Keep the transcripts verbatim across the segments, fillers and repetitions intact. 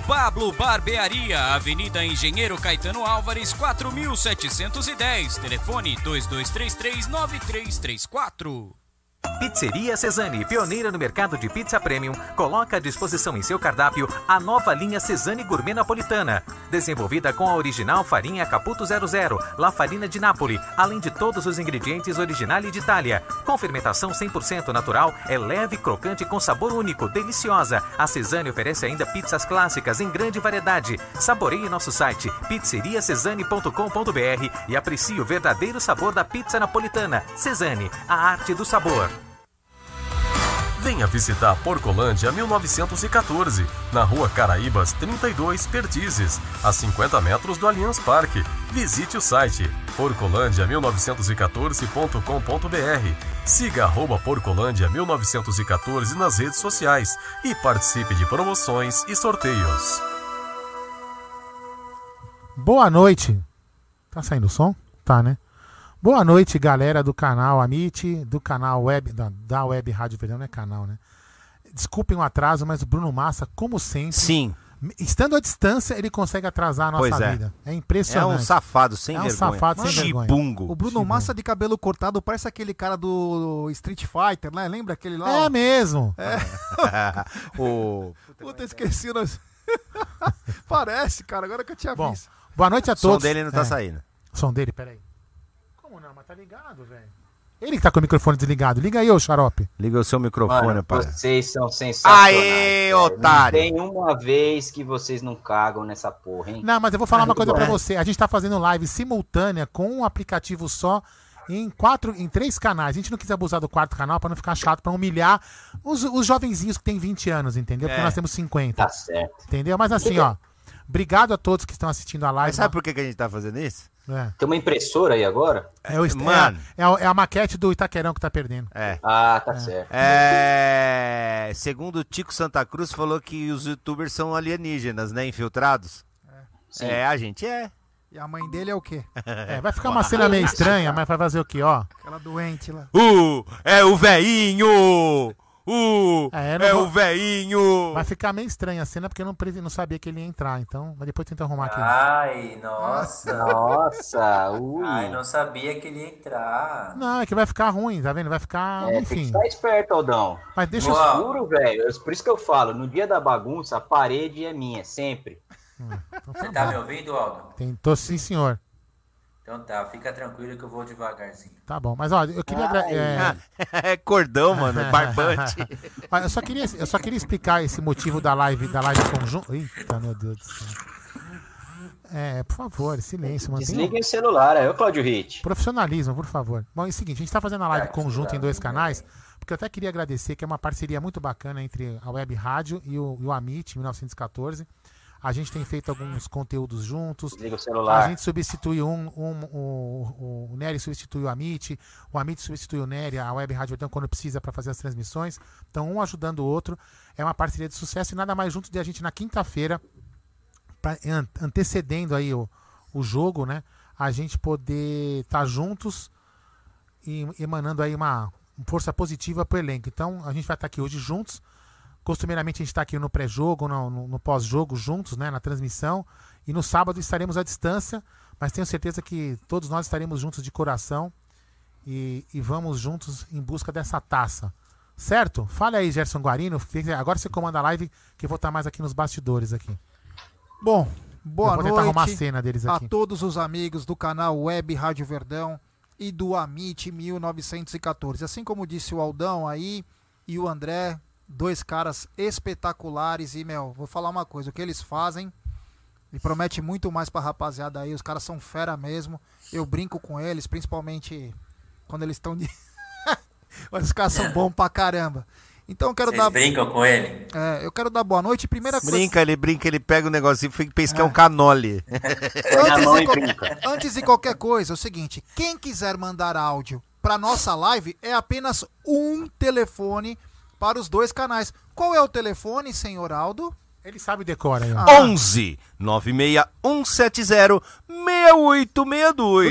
Pablo Barbearia, Avenida Engenheiro Caetano Álvares, quatro mil setecentos e dez, telefone dois dois três três, nove três três quatro. Pizzeria Cesani, pioneira no mercado de pizza premium, coloca à disposição em seu cardápio a nova linha Cesani Gourmet Napolitana, desenvolvida com a original farinha Caputo zero zero, La Farina de Nápoles, além de todos os ingredientes originali de Itália. Com fermentação cem por cento natural, é leve, crocante com sabor único, deliciosa. A Cesani oferece ainda pizzas clássicas em grande variedade. Saboreie nosso site pizzeria cesani ponto com ponto br e aprecie o verdadeiro sabor da pizza napolitana. Cesani, a arte do sabor. Venha visitar Porcolândia mil novecentos e quatorze, na Rua Caraíbas trinta e dois, Perdizes, a cinquenta metros do Allianz Parque. Visite o site porcolândia mil novecentos e quatorze ponto com ponto br. Siga arroba Porcolândia mil novecentos e quatorze nas redes sociais e participe de promoções e sorteios. Boa noite. Tá saindo o som? Tá, né? Boa noite, galera do canal Amit, do canal web, da, da Web Rádio Verdão, não é canal, né? Desculpem o atraso, mas o Bruno Massa, como sempre, sim, estando à distância, ele consegue atrasar a nossa pois é. vida. É impressionante. É um safado sem é um vergonha. safado sem vergonha. Chibungo. O Bruno Massa de cabelo cortado parece aquele cara do Street Fighter, né? Lembra aquele lá? É mesmo. É. o... Puta, esqueci. Nós... Parece, cara, agora que eu tinha Bom, visto. Boa noite a todos. O som dele não tá é. saindo. O som dele, peraí. Como não? Mas tá ligado, velho. Ele que tá com o microfone desligado. Liga aí, ô xarope. Liga o seu microfone, Mano, pai. Vocês são sensacionais. Aê, velho. otário. Não tem uma vez que vocês não cagam nessa porra, hein? Não, mas eu vou falar uma coisa pra você. A gente tá fazendo live simultânea com um aplicativo só em quatro, em três canais. A gente não quis abusar do quarto canal pra não ficar chato, pra humilhar os, os jovenzinhos que tem vinte anos, entendeu? Porque É. nós temos cinquenta. Tá certo. Entendeu? Mas assim, ó. Obrigado a todos que estão assistindo a live. Mas sabe por que que a gente tá fazendo isso? É. Tem uma impressora aí agora? É, o, est- Mano. é, a, é a maquete do Itaquerão que tá perdendo. É. Ah, tá certo. É... Segundo o Tico Santa Cruz, falou que os youtubers são alienígenas, né? Infiltrados. Sim. É, a gente é. E a mãe dele é o quê? É, vai ficar uma cena meio estranha, mas vai fazer o quê, ó? Aquela doente lá. Uh, é o veinho! Uh, É, não é vou- o veinho! Vai ficar meio estranha a cena porque eu não, previ, não sabia que ele ia entrar, então. Mas depois tenta arrumar aqui. Ai, nossa. Nossa, ui. Ai, não sabia que ele ia entrar. Não, é que vai ficar ruim, tá vendo? Vai ficar. É, tem que enfim. estar esperto, Aldão. Mas deixa eu. Uau. Juro, velho. Eu- Por isso que eu falo, no dia da bagunça, a parede é minha, sempre. Você tá me ouvindo, Aldo? Tentou sim, senhor. Então tá, fica tranquilo que eu vou devagarzinho. Tá bom. Mas ó, eu queria. agra- é, É cordão, mano, barbante. Olha, eu, só queria, eu só queria explicar esse motivo da live, da live conjunta. Eita, meu Deus do céu. É, por favor, silêncio, mantenha. Desliguem o celular, aí, ô Claudio Hit. Profissionalismo, por favor. Bom, é o seguinte, a gente tá fazendo a live conjunta em dois canais, porque eu até queria agradecer, que é uma parceria muito bacana entre a Web Rádio e o, e o Amit, mil novecentos e quatorze. A gente tem feito alguns conteúdos juntos. Desliga o celular. A gente substitui um, um, o, o Nery substitui o Amit, o Amit substitui o Nery, a Web Rádio Verdão quando precisa para fazer as transmissões. Então, um ajudando o outro. É uma parceria de sucesso e nada mais junto de a gente na quinta-feira, pra- an- antecedendo aí o, o jogo, né? A gente poder estar juntos e emanando aí uma força positiva pro elenco. Então, a gente vai estar aqui hoje juntos. Costumeiramente a gente está aqui no pré-jogo, no, no- no pós-jogo, juntos, né, na transmissão. E no sábado estaremos à distância, mas tenho certeza que todos nós estaremos juntos de coração e, e vamos juntos em busca dessa taça. Certo? Fale aí, Gerson Guarino. Agora você comanda a live, que eu vou estar mais aqui nos bastidores aqui. Bom, boa eu vou tentar arrumar a noite cena deles a aqui. todos os amigos do canal Web Rádio Verdão e do Amit mil novecentos e quatorze. Assim como disse o Aldão aí e o André, dois caras espetaculares e, meu, vou falar uma coisa, o que eles fazem me promete muito mais pra rapaziada aí, os caras são fera mesmo, eu brinco com eles, principalmente quando eles estão de... Os caras são bons pra caramba. Então eu quero Vocês dar... brincam com ele? É, eu quero dar boa noite, primeira coisa... Brinca, ele brinca, ele pega o negocinho e fica pescar um canole. Antes mão de, e qual- brinca. antes de qualquer coisa, é o seguinte, quem quiser mandar áudio pra nossa live é apenas um telefone para os dois canais. Qual é o telefone, senhor Aldo? Ele sabe decora aí, ó. Ah. onze nove seis um sete zero seis oito seis dois.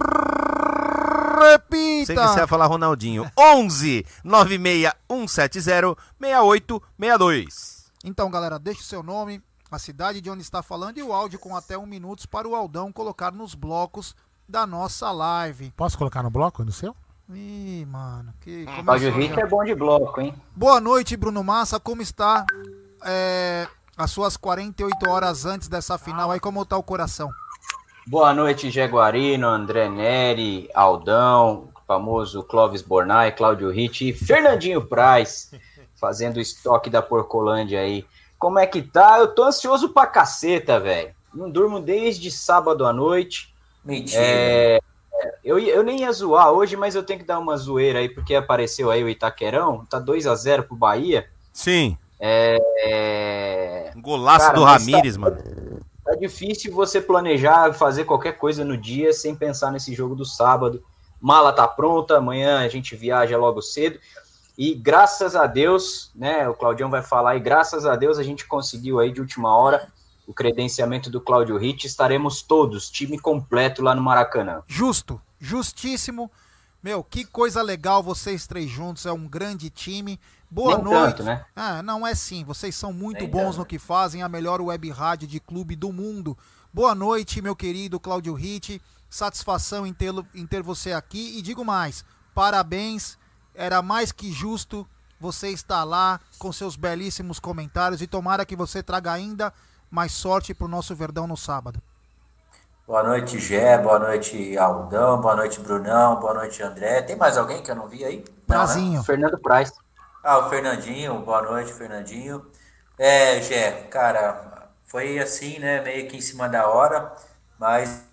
Repita! Sei que você vai falar Ronaldinho. onze nove seis um sete zero seis oito seis dois. Então, galera, deixe o seu nome, a cidade de onde está falando e o áudio com até um minuto para o Aldão colocar nos blocos da nossa live. Posso colocar no bloco, no seu? Ih, mano, que Cláudio Ritt é bom de bloco, hein? Boa noite, Bruno Massa, como está é, as suas quarenta e oito horas antes dessa final aí, como tá o coração? Boa noite, Jaguarino, André Neri, Aldão, famoso Clóvis Bornai, Cláudio Ritt e Fernandinho Praz, fazendo o estoque da Porcolândia aí. Como é que tá? Eu tô ansioso pra caceta, velho. Não durmo desde sábado à noite. Mentira. É, eu, eu nem ia zoar hoje, mas eu tenho que dar uma zoeira aí, porque apareceu aí o Itaquerão, tá dois a zero pro Bahia. Sim. É, é... Um golaço Cara, do mas Ramírez, tá- mano. Tá difícil você planejar, fazer qualquer coisa no dia sem pensar nesse jogo do sábado. Mala tá pronta, amanhã a gente viaja logo cedo. E graças a Deus, né, o Claudião vai falar, e graças a Deus a gente conseguiu aí de última hora o credenciamento do Cláudio Ritt. Estaremos todos, time completo lá no Maracanã. Justo, justíssimo. Meu, que coisa legal vocês três juntos, é um grande time. Boa Nem noite. tanto, né? Ah, não é sim, vocês são muito Nem bons tanto. no que fazem, a melhor web rádio de clube do mundo. Boa noite, meu querido Cláudio Ritt. Satisfação em, tê-lo- em ter você aqui. E digo mais, parabéns, era mais que justo você estar lá com seus belíssimos comentários e tomara que você traga ainda mais sorte pro nosso Verdão no sábado. Boa noite, Gé. Boa noite, Aldão. Boa noite, Brunão. Boa noite, André. Tem mais alguém que eu não vi aí? Não, né? Prazinho. Fernando Praz. Ah, o Fernandinho. Boa noite, Fernandinho. É, Gé, cara, foi assim, né? Meio que em cima da hora, mas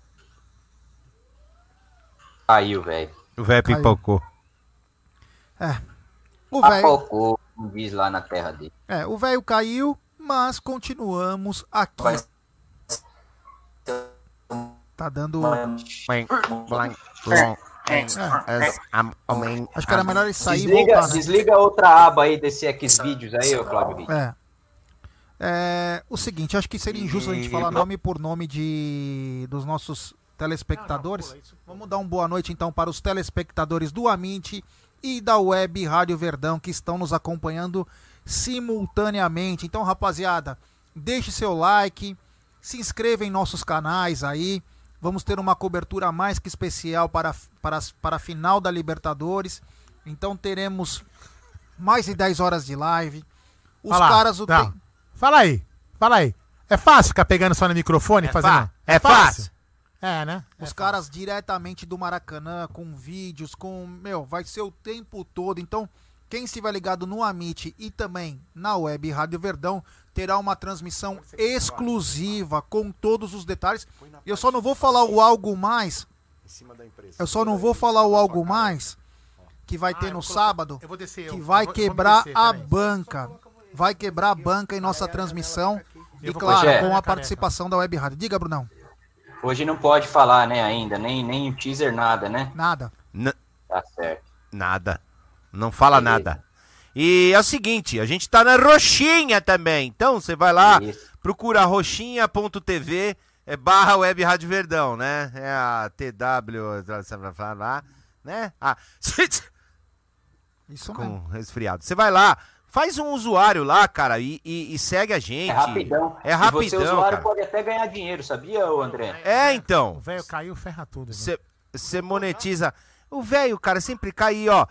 Caiu, velho. O velho Caiu. pipocou. É. O velho. Apocou, como diz lá na terra dele. É, o velho caiu, mas continuamos aqui. vai Tá dando. Acho que era melhor ele sair e Desliga, voltar, né? desliga outra aba aí desse Xvideos aí, ô Cláudio Ritt. É. É, o seguinte, acho que seria injusto a gente falar nome por nome de dos nossos telespectadores. Vamos dar uma boa noite então para os telespectadores do Amint e da Web Rádio Verdão que estão nos acompanhando simultaneamente. Então, rapaziada, deixe seu like, se inscreva em nossos canais aí. Vamos ter uma cobertura mais que especial para, para, para a final da Libertadores. Então teremos mais de dez horas de live. Os Fala, caras o não. tem- Fala aí, fala aí. É fácil ficar pegando só no microfone e fazendo. fá- é fácil. É, né? Os É caras diretamente do Maracanã, com vídeos, com. Meu, vai ser o tempo todo. Então, quem estiver ligado no Amite e também na Web Rádio Verdão, terá uma transmissão exclusiva com todos os detalhes. Eu só não vou falar o algo mais. Eu só não vou falar o algo mais que vai ter no sábado, Eu vou descer, eu- que vai eu vou- eu vou me quebrar descer, a peraí. banca. Vai quebrar a banca em nossa transmissão. E Eu vou claro, puxar. com a Careca. participação da Web Rádio. Diga, Brunão. Hoje não pode falar, né, ainda, nem, nem o teaser, nada, né? Nada. N- Tá certo. Nada. Não fala Beleza. nada. E é o seguinte, a gente tá na Roxinha também. Então você vai lá, Isso. procura roxinha ponto tv é, barra Web Rádio Verdão, né? É a T W, lá, né? Ah, Isso mesmo. com resfriado. Você vai lá, faz um usuário lá, cara, e, e- e segue a gente. É rapidão. É E você, rapidão, usuário, cara. pode até ganhar dinheiro, sabia, ô André? É, O então. velho caiu, ferra tudo. né? Você monetiza. O velho, cara, sempre cai aí, ó.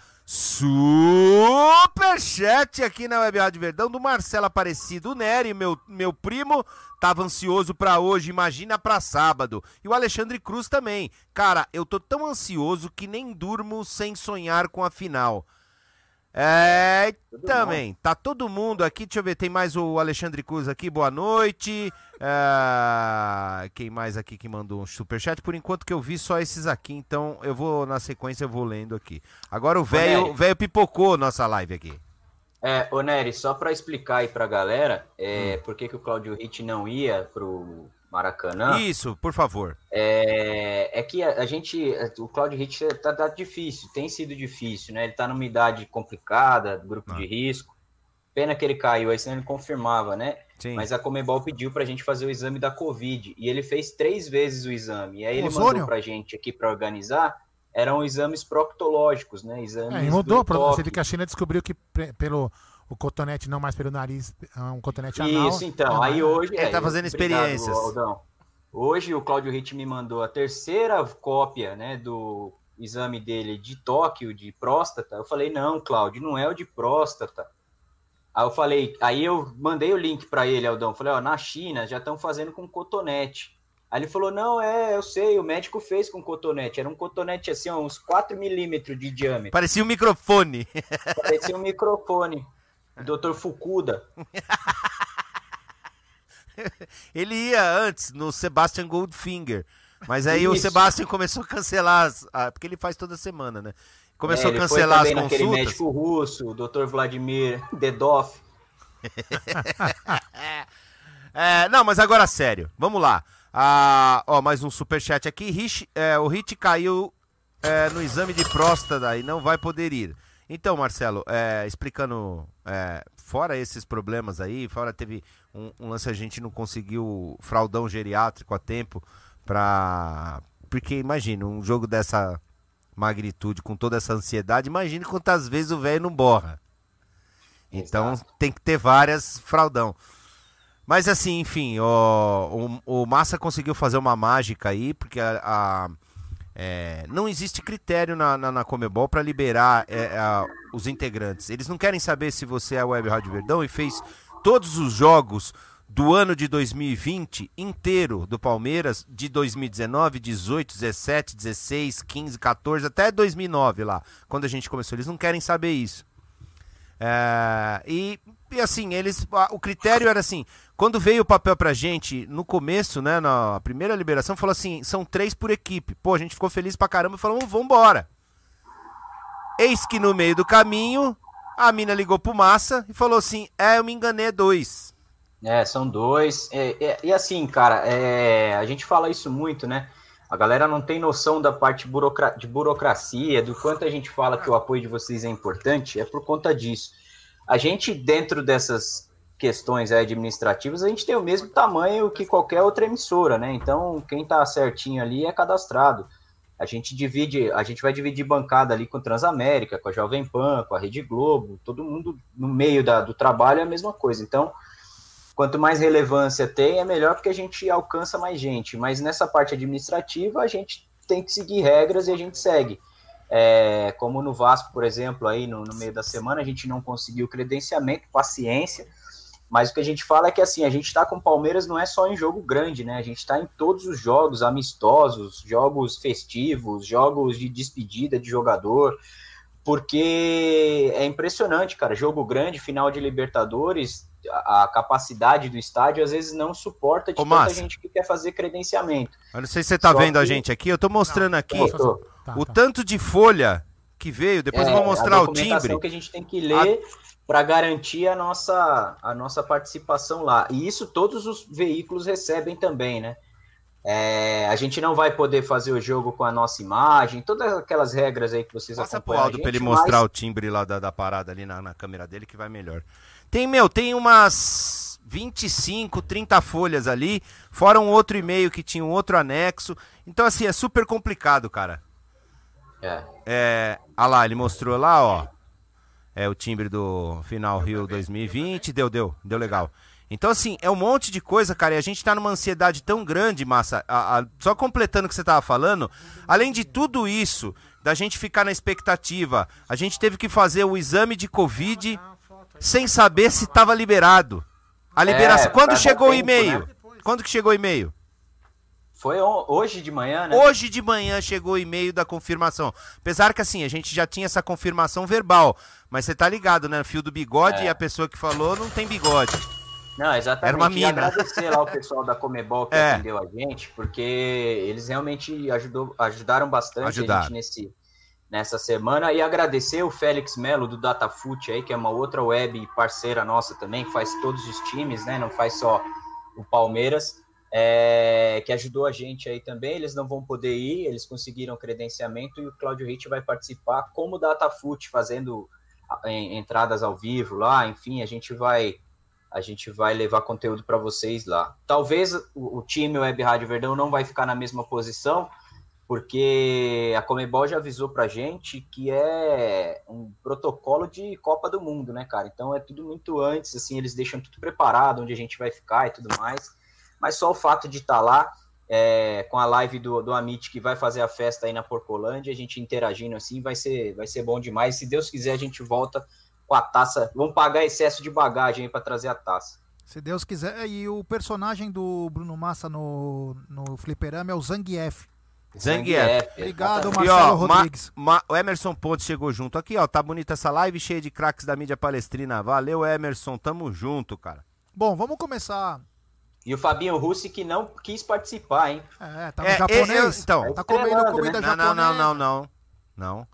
Superchat aqui na Web Rádio Verdão do Marcelo Aparecido Neri, meu, meu primo, tava ansioso pra hoje, imagina pra sábado. E o Alexandre Cruz também. Cara, eu tô tão ansioso que nem durmo sem sonhar com a final. É, também, tá todo mundo aqui, deixa eu ver, tem mais o Alexandre Cruz aqui, boa noite. É, quem mais aqui que mandou um superchat? Por enquanto que eu vi só esses aqui, então eu vou, na sequência, eu vou lendo aqui. Agora o velho, Nery. o velho pipocou nossa live aqui. É, ô Nery, só pra explicar aí pra galera, Hum. é, por que que o Cláudio Ritt não ia pro Maracanã, Isso, por favor. é, é que a, a gente, o Cláudio Ritt tá, tá difícil, tem sido difícil, né? Ele tá numa idade complicada, grupo Ah. de risco. Pena que ele caiu, aí senão ele confirmava, né? Sim. Mas a Conmebol pediu pra gente fazer o exame da Covid, e ele fez três vezes o exame. E aí ele Ozônio? mandou pra gente aqui pra organizar, eram exames proctológicos, né? Exames É, e mudou. do pra- toque. Você vê que a China descobriu que pre- pelo o cotonete não mais pelo nariz, um cotonete anal. Isso, então. É, aí hoje... Ele tá é, fazendo obrigado, experiências. Aldão. Hoje o Cláudio Ritt me mandou a terceira cópia, né, do exame dele de Tóquio, de próstata. Eu falei, não, Cláudio, não é o de próstata. Aí eu falei, aí eu mandei o link para ele, Aldão. Falei, ó, na China já estão fazendo com cotonete. Aí ele falou, não, é, eu sei, o médico fez com cotonete. Era um cotonete assim, ó, uns quatro milímetros de diâmetro. Parecia um microfone. Parecia um microfone. O doutor Fukuda. Ele ia antes no Sebastian Goldfinger. Mas aí Isso. o Sebastian começou a cancelar, as, ah, porque ele faz toda semana, né? Começou É, a cancelar as naquele consultas. médico russo, o doutor Vladimir Dedov. É, não, mas agora sério, vamos lá. Ah, ó, mais um superchat aqui. Rich, é, o Hit caiu é, no exame de próstata e não vai poder ir. Então, Marcelo, é, explicando, é, fora esses problemas aí, fora teve um, um lance, a gente não conseguiu fraldão geriátrico a tempo pra... Porque imagina, um jogo dessa magnitude, com toda essa ansiedade, imagine quantas vezes o velho não borra. Então Exato. tem que ter várias fraldão. Mas assim, enfim, ó, o, o Massa conseguiu fazer uma mágica aí, porque a, a, é, não existe critério na, na, na Comebol para liberar é, a, os integrantes. Eles não querem saber se você é a Web Rádio Verdão e fez todos os jogos do ano de dois mil e vinte inteiro do Palmeiras, de dois mil e dezenove, dezoito, dezessete, dezesseis, quinze, quatorze, até dois mil e nove lá, quando a gente começou. Eles não querem saber isso. É, e, e assim, eles, o critério era assim, quando veio o papel pra gente, no começo, né, na primeira liberação, falou assim, são três por equipe. Pô, a gente ficou feliz pra caramba e falou, vambora. Eis que no meio do caminho, a mina ligou pro Massa e falou assim, é, eu me enganei, é dois. É, são dois. É, é, e assim, cara, é, a gente fala isso muito, né? A galera não tem noção da parte burocra- de burocracia, do quanto a gente fala que o apoio de vocês é importante, é por conta disso. A gente, dentro dessas questões administrativas, a gente tem o mesmo tamanho que qualquer outra emissora, né? Então, quem tá certinho ali é cadastrado. A gente divide, a gente vai dividir bancada ali com a Transamérica, com a Jovem Pan, com a Rede Globo, todo mundo no meio da, do trabalho é a mesma coisa. Então, quanto mais relevância tem, é melhor porque a gente alcança mais gente. Mas nessa parte administrativa, a gente tem que seguir regras e a gente segue. É, como no Vasco, por exemplo, aí no, no meio da semana, a gente não conseguiu credenciamento, paciência. Mas o que a gente fala é que assim, a gente está com o Palmeiras não é só em jogo grande, né? A gente está em todos os jogos amistosos, jogos festivos, jogos de despedida de jogador. Porque é impressionante, cara. Jogo grande, final de Libertadores, a, a capacidade do estádio às vezes não suporta de Ô, tanta Márcio, gente que quer fazer credenciamento. eu não sei se você tá Só vendo a que- gente aqui, eu tô mostrando Não, aqui tô, tô. Tá, o tá. tanto de folha que veio, depois eu vou É, mostrar a o documentação timbre. que a gente tem que ler para garantir a nossa, a nossa participação lá. E isso todos os veículos recebem também, né? É, a gente não vai poder fazer o jogo com a nossa imagem, todas aquelas regras aí que vocês Passa pro acompanham a Aldo pra gente, ele mostrar mas- o timbre lá da, da parada ali na, na câmera dele que vai melhor. Tem, meu, tem umas vinte e cinco, trinta folhas ali, fora um outro e-mail que tinha um outro anexo. Então, assim, é super complicado, cara. É. É, ah lá, ele mostrou lá, ó. É o timbre do Final Rio dois mil e vinte, deu, deu, deu legal. Então, assim, é um monte de coisa, cara, e a gente tá numa ansiedade tão grande, Massa, a, a, só completando o que você tava falando, além de tudo isso, da gente ficar na expectativa, a gente teve que fazer o exame de Covid sem saber se tava liberado. A liberação, É, quando pra dar chegou o tempo, e-mail? né? Quando que chegou o e-mail? Foi on- hoje de manhã, né? Hoje de manhã chegou o e-mail da confirmação. Apesar que assim, a gente já tinha essa confirmação verbal. Mas você tá ligado, né? Fio do bigode É. e a pessoa que falou não tem bigode. Não, exatamente. Era uma E mina. agradecer lá o pessoal da Comebol que É. atendeu a gente, porque eles realmente ajudou, ajudaram bastante Ajudaram. a gente nesse, nessa semana. E agradecer o Félix Melo do Datafute aí, que é uma outra web parceira nossa também, que faz todos os times, né? Não faz só o Palmeiras, é, que ajudou a gente aí também. Eles não vão poder ir, eles conseguiram credenciamento e o Cláudio Ritt vai participar como Datafute, fazendo em- entradas ao vivo lá, enfim, a gente vai a gente vai levar conteúdo para vocês lá. Talvez o, o time Web Rádio Verdão não vai ficar na mesma posição, porque a Conmebol já avisou pra gente que é um protocolo de Copa do Mundo, né, cara? Então é tudo muito antes, assim, eles deixam tudo preparado, onde a gente vai ficar e tudo mais. Mas só o fato de estar lá, é, com a live do, do Amit, que vai fazer a festa aí na Porcolândia, a gente interagindo assim, vai ser, vai ser bom demais. Se Deus quiser, a gente volta com a taça. Vamos pagar excesso de bagagem aí pra trazer a taça. Se Deus quiser. E o personagem do Bruno Massa no, no Fliperama é o Zangief. Zangief. Obrigado, E, Marcelo ó, Rodrigues. Ma, Ma, o Emerson Pontes chegou junto aqui, ó. Tá bonita essa live, cheia de craques da mídia palestrina. Valeu, Emerson. Tamo junto, cara. Bom, vamos começar. E o Fabinho Russi que não quis participar, hein? É, tá no É, japonês. eu- então. Tá comendo comida Não, não, japonesa. não, não, não. Não.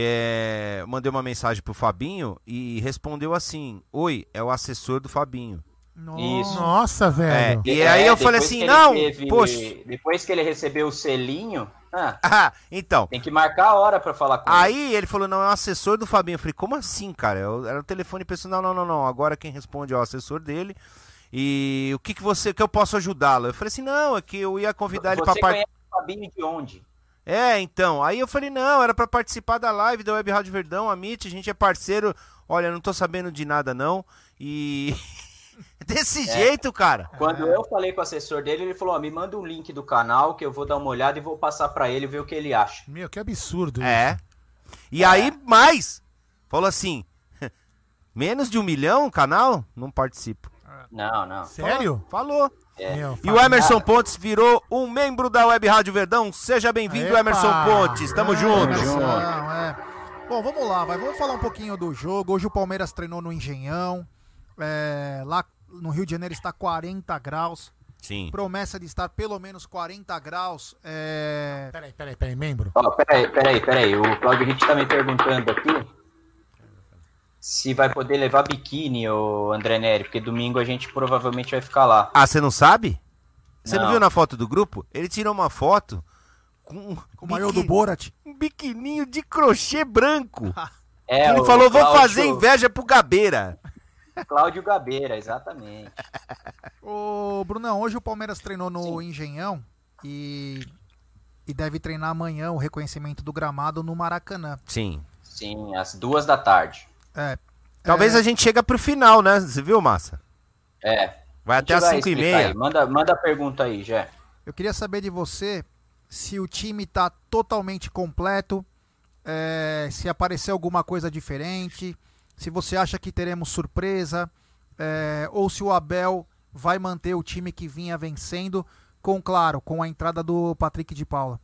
É, mandei uma mensagem pro Fabinho e respondeu assim: Oi, é o assessor do Fabinho. Isso. Nossa, velho. E aí eu falei depois assim, que ele não, teve- poxa. Depois que ele recebeu o selinho, ah, Ah, então. tem que marcar a hora pra falar com ele. Aí ele falou, não, é o assessor do Fabinho. Eu falei, como assim, cara? Eu, era o telefone pessoal, não, não, não, não. Agora quem responde é o assessor dele. E o que que você, que eu posso ajudá-lo? Eu falei assim, não, é que eu ia convidar ele pra Você participar. conhece o Fabinho de onde? É, então. Aí eu falei, não, era pra participar da live da Web Rádio Verdão, a Amit, a gente é parceiro. Olha, não tô sabendo de nada, não. E... Desse jeito, cara. Quando eu falei com o assessor dele, ele falou, ó, me manda um link do canal que eu vou dar uma olhada e vou passar pra ele ver o que ele acha. Meu, que absurdo É. isso. E aí, mais. Falou assim, menos de um milhão o canal? Não participo. Não, não. Sério? Falou. É. Meu, E o Emerson Pontes virou um membro da Web Rádio Verdão. Seja bem-vindo, Epa! Emerson Pontes. Tamo É, junto. Emerson, é. Bom, vamos lá, vai. Vamos falar um pouquinho do jogo. Hoje o Palmeiras treinou no Engenhão. É, lá no Rio de Janeiro está quarenta graus. Sim. Promessa de estar pelo menos quarenta graus. É... Peraí, peraí, peraí, membro. Ó, peraí, peraí, peraí. O Claudio Ritt tá me perguntando aqui se vai poder levar biquíni, o André Neri, porque domingo a gente provavelmente vai ficar lá. Ah, você não sabe? Você não. Não. viu na foto do grupo? Ele tirou uma foto com, Com o maior do Borat. um biquininho de crochê branco. É, Ele o falou, vou Cláudio- fazer inveja pro Gabeira. Cláudio Gabeira, exatamente. Ô, Brunão, hoje o Palmeiras treinou no Engenhão e, e deve treinar amanhã o reconhecimento do gramado no Maracanã. Sim. Sim, às duas da tarde. É, Talvez a gente chegue pro final, né? Você viu, Massa? É. Vai A gente até às vai cinco e explicar meia. aí. Manda, manda a pergunta aí, Jé. eu queria saber de você se o time está totalmente completo, é, se aparecer alguma coisa diferente, se você acha que teremos surpresa, é, ou se o Abel vai manter o time que vinha vencendo, com, claro, com a entrada do Patrick de Paula.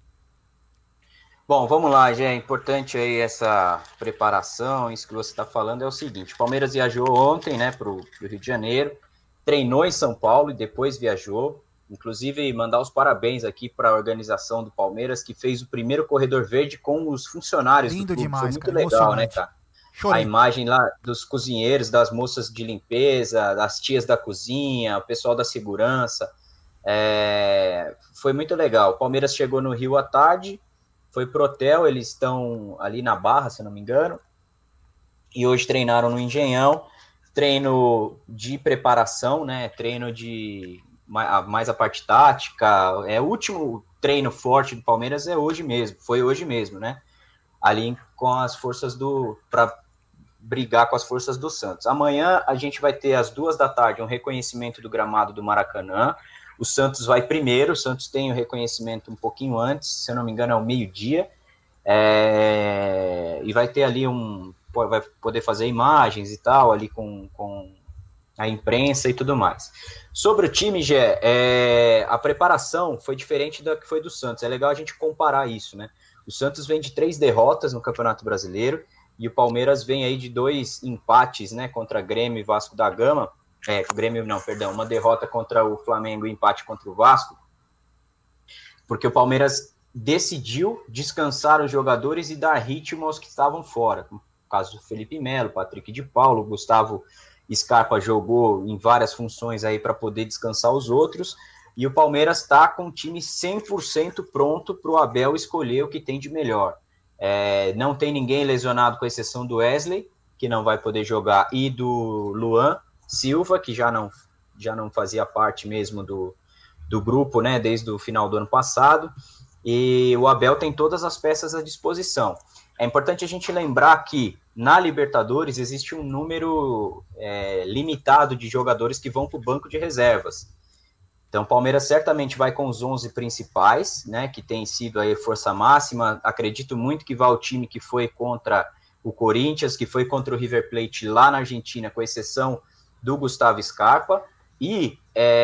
Bom, vamos lá, Jé. É importante aí essa preparação. Isso que você está falando é o seguinte: o Palmeiras viajou ontem, né, para o Rio de Janeiro, treinou em São Paulo e depois viajou. Inclusive, mandar os parabéns aqui para a organização do Palmeiras, que fez o primeiro corredor verde com os funcionários Lindo do clube. demais, Foi muito cara, legal, né, emocionante. cara? A Chorei. imagem lá dos cozinheiros, das moças de limpeza, das tias da cozinha, o pessoal da segurança. É, foi muito legal. O Palmeiras chegou no Rio à tarde, foi pro hotel, eles estão ali na Barra, se eu não me engano, e hoje treinaram no Engenhão, treino de preparação, né, treino de mais a parte tática, é o último treino forte do Palmeiras é hoje mesmo, foi hoje mesmo, né, ali com as forças do, para brigar com as forças do Santos. Amanhã a gente vai ter às duas da tarde um reconhecimento do gramado do Maracanã. O Santos vai primeiro, o Santos tem o reconhecimento um pouquinho antes, se eu não me engano é ao meio-dia, é... e vai ter ali um, vai poder fazer imagens e tal, ali com, com a imprensa e tudo mais. Sobre o time, Gé, é... a preparação foi diferente da que foi do Santos, é legal a gente comparar isso, né? O Santos vem de três derrotas no Campeonato Brasileiro, e o Palmeiras vem aí de dois empates, né, contra Grêmio e Vasco da Gama, É, o Grêmio não, perdão, uma derrota contra o Flamengo e empate contra o Vasco, porque o Palmeiras decidiu descansar os jogadores e dar ritmo aos que estavam fora, no caso do Felipe Melo, Patrick de Paulo, Gustavo Scarpa jogou em várias funções aí para poder descansar os outros, e o Palmeiras está com o time cem por cento pronto para o Abel escolher o que tem de melhor. É, não tem ninguém lesionado com exceção do Wesley, que não vai poder jogar, e do Luan Silva, que já não, já não fazia parte mesmo do, do grupo, né, desde o final do ano passado. e o Abel tem todas as peças à disposição. É importante a gente lembrar que na Libertadores existe um número é, limitado de jogadores que vão para o banco de reservas. Então o Palmeiras certamente vai com os onze principais, né, que tem sido aí força máxima. Acredito muito que vai o time que foi contra o Corinthians, que foi contra o River Plate lá na Argentina, com exceção do Gustavo Scarpa. E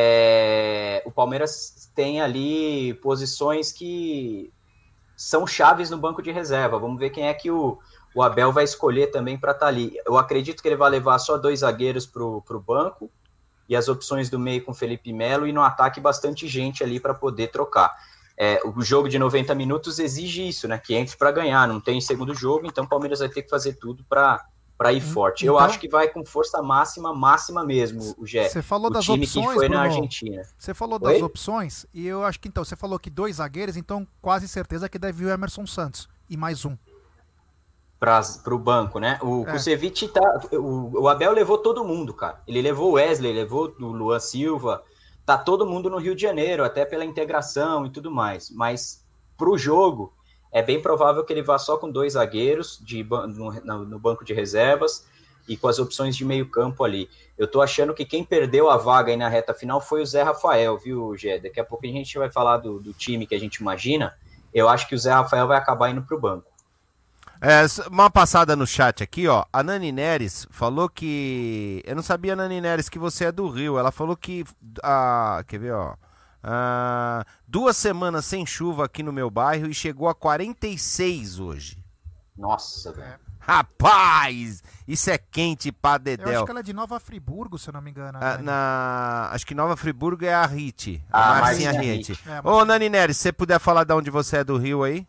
é, o Palmeiras tem ali posições que são chaves no banco de reserva. Vamos ver quem é que o, o Abel vai escolher também para estar ali. Eu acredito que ele vai levar só dois zagueiros para o banco e as opções do meio com Felipe Melo, e no ataque bastante gente ali para poder trocar. É, o jogo de noventa minutos exige isso, né? Que entre para ganhar, não tem segundo jogo, então o Palmeiras vai ter que fazer tudo para para ir forte. Então, eu acho que vai com força máxima, máxima mesmo, o Gé. Você falou o das time opções, que foi Bruno, na Argentina. Você falou das Oi? opções, e eu acho que então, você falou que dois zagueiros, então quase certeza que deve ir o Emerson Santos, e mais um. Para o banco, né? O É. Kusevich tá. O, o Abel levou todo mundo, cara. Ele levou o Wesley, levou o Luan Silva. Tá todo mundo no Rio de Janeiro, até pela integração e tudo mais. Mas pro jogo, é bem provável que ele vá só com dois zagueiros de, no, no banco de reservas e com as opções de meio campo ali. Eu tô achando que quem perdeu a vaga aí na reta final foi o Zé Rafael, viu, Gé? Daqui a pouco a gente vai falar do, do time que a gente imagina. Eu acho que o Zé Rafael vai acabar indo pro banco. É, uma passada no chat aqui, ó. A Nani Neres falou que... Eu não sabia, Nani Neres, que você é do Rio. Ela falou que... Ah, quer ver, ó? Ah, duas semanas sem chuva aqui no meu bairro e chegou a quarenta e seis hoje. Nossa, velho. Rapaz! Isso é quente pra Eu dedéu. acho que ela é de Nova Friburgo, se eu não me engano. Ah, né? na... Acho que Nova Friburgo é a Rit. Ah, A Marcinha Marcinha Rit. Rit. É, Ô, Nani Neres, se você puder falar de onde você é do Rio aí?